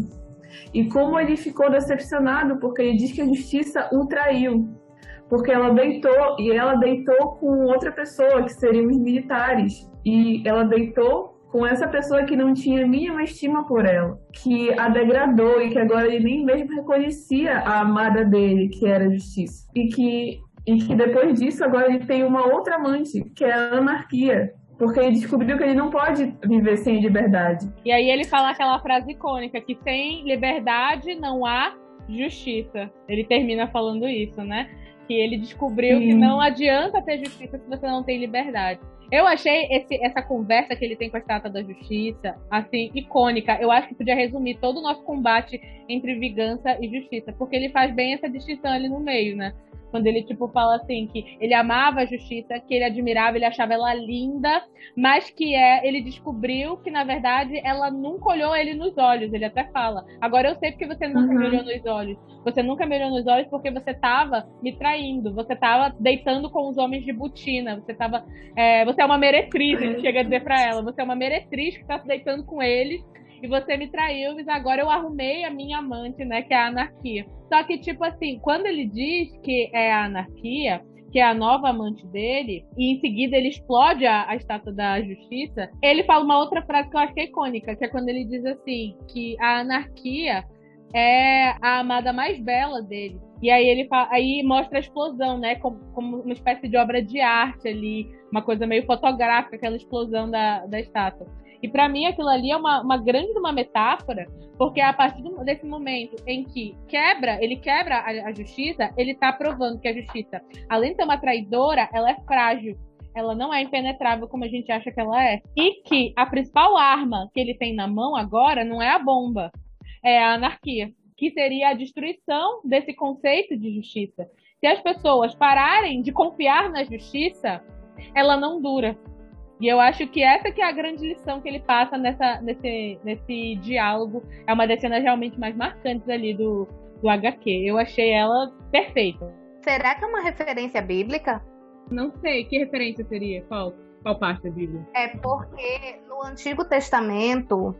E como ele ficou decepcionado, porque ele diz que a justiça o traiu. Porque ela deitou, e ela deitou com outra pessoa, que seriam os militares. E ela deitou com essa pessoa que não tinha a mínima estima por ela. Que a degradou e que agora ele nem mesmo reconhecia a amada dele, que era a justiça. E que, e que depois disso, agora ele tem uma outra amante, que é a anarquia. Porque ele descobriu que ele não pode viver sem liberdade. E aí ele fala aquela frase icônica, que sem liberdade não há justiça. Ele termina falando isso, né? Que ele descobriu Sim. que não adianta ter justiça se você não tem liberdade. Eu achei esse, essa conversa que ele tem com a Estátua da Justiça, assim, icônica. Eu acho que podia resumir todo o nosso combate entre vingança e justiça. Porque ele faz bem essa distinção ali no meio, né? Quando ele, tipo, fala assim, que ele amava a justiça, que ele admirava, ele achava ela linda, mas que é, ele descobriu que, na verdade, ela nunca olhou ele nos olhos. Ele até fala, agora eu sei porque você nunca uhum. me olhou nos olhos. Você nunca me olhou nos olhos porque você tava me traindo. Você tava deitando com os homens de botina. Você tava... É, você é uma meretriz, ele chega a dizer pra ela. Você é uma meretriz que tá se deitando com eles. E você me traiu, mas agora eu arrumei a minha amante, né, que é a anarquia. Só que, tipo assim, quando ele diz que é a anarquia, que é a nova amante dele, e em seguida ele explode a, a Estátua da Justiça, ele fala uma outra frase que eu acho que é icônica, que é quando ele diz assim, que a anarquia é a amada mais bela dele. E aí ele fa... aí mostra a explosão, né? Como, como uma espécie de obra de arte ali, uma coisa meio fotográfica, aquela explosão da, da estátua. E para mim aquilo ali é uma, uma grande uma metáfora, porque a partir desse momento em que quebra, ele quebra a, a justiça, ele tá provando que a justiça, além de ser uma traidora, ela é frágil. Ela não é impenetrável como a gente acha que ela é. E que a principal arma que ele tem na mão agora não é a bomba, é a anarquia, que seria a destruição desse conceito de justiça. Se as pessoas pararem de confiar na justiça, ela não dura. E eu acho que essa que é a grande lição que ele passa nessa, nesse, nesse diálogo. É uma das cenas realmente mais marcantes ali do, do agá quê. Eu achei ela perfeita. Será que é uma referência bíblica? Não sei, que referência seria? Qual, qual parte da Bíblia? É porque no Antigo Testamento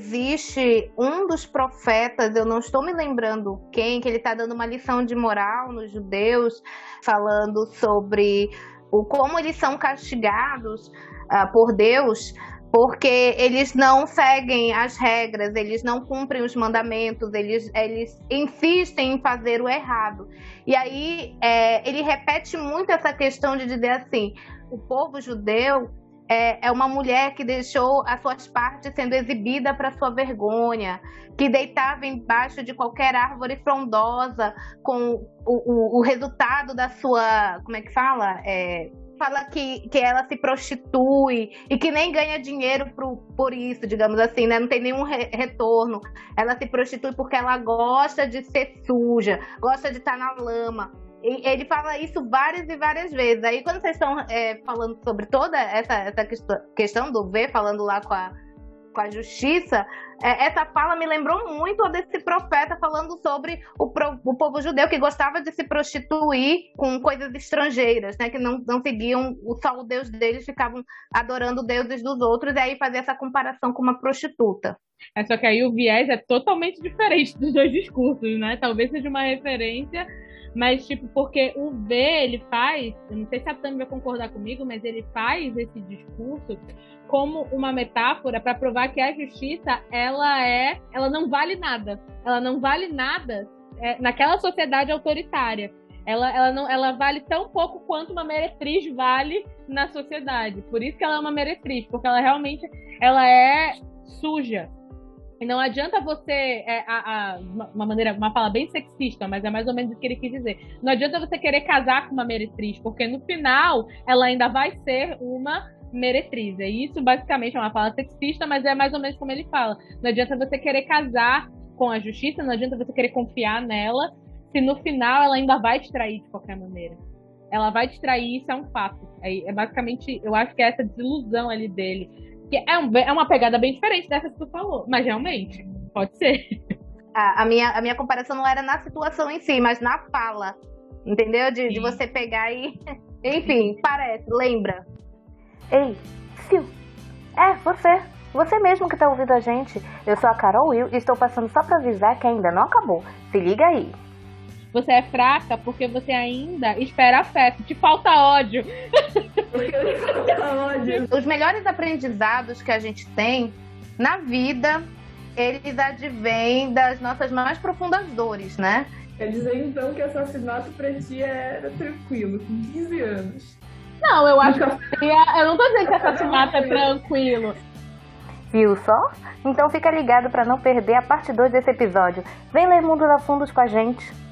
existe um dos profetas, eu não estou me lembrando quem, que ele está dando uma lição de moral nos judeus, falando sobre o como eles são castigados uh, por Deus, porque eles não seguem as regras, eles não cumprem os mandamentos, eles, eles insistem em fazer o errado. E aí é, ele repete muito essa questão de dizer assim, o povo judeu é, é uma mulher que deixou as suas partes sendo exibida para sua vergonha, que deitava embaixo de qualquer árvore frondosa com o, o, o resultado da sua, como é que fala? É, fala que, que ela se prostitui e que nem ganha dinheiro pro, por isso, digamos assim, né? Não tem nenhum re- retorno. Ela se prostitui porque ela gosta de ser suja, gosta de estar na lama. E ele fala isso várias e várias vezes. Aí quando vocês estão é, falando sobre toda essa, essa questão do V, falando lá com a, com a justiça, é, essa fala me lembrou muito a desse profeta falando sobre o, pro, o povo judeu que gostava de se prostituir com coisas estrangeiras, né, que não, não seguiam o, só o Deus deles, ficavam adorando deuses dos outros, e aí fazer essa comparação com uma prostituta. É, só que aí o viés é totalmente diferente dos dois discursos, né? Talvez seja uma referência, mas tipo, porque o V, ele faz, eu não sei se a Tami vai concordar comigo, mas ele faz esse discurso como uma metáfora para provar que a justiça, ela é, ela não vale nada. Ela não vale nada é, naquela sociedade autoritária. Ela, ela, não, ela vale tão pouco quanto uma meretriz vale na sociedade. Por isso que ela é uma meretriz, porque ela realmente ela é suja. E não adianta você, é, a, a, uma maneira, uma fala bem sexista, mas é mais ou menos o que ele quis dizer. Não adianta você querer casar com uma meretriz, porque no final ela ainda vai ser uma meretriz. É isso, basicamente, é uma fala sexista, mas é mais ou menos como ele fala. Não adianta você querer casar com a justiça, não adianta você querer confiar nela, se no final ela ainda vai te trair de qualquer maneira. Ela vai te trair, isso é um fato. É, é basicamente, eu acho que é essa desilusão ali dele. Que é, um, é uma pegada bem diferente dessa que tu falou, mas realmente, pode ser. A, a, minha, a minha comparação não era na situação em si, mas na fala, entendeu? De, de você pegar e... Enfim, parece, lembra. Ei, Sil, é, você, você mesmo que tá ouvindo a gente. Eu sou a Carol Will e estou passando só pra avisar que ainda não acabou. Se liga aí. Você é fraca porque você ainda espera afeto. Te falta ódio. Porque falta ódio. Os melhores aprendizados que a gente tem na vida, eles advêm das nossas mais profundas dores, né? Quer dizer, então, que assassinato pra ti era tranquilo, com quinze anos. Não, eu acho que... Eu não tô dizendo que assassinato é tranquilo. Viu só? Então fica ligado pra não perder a parte dois desse episódio. Vem ler Mundo da Fundos com a gente.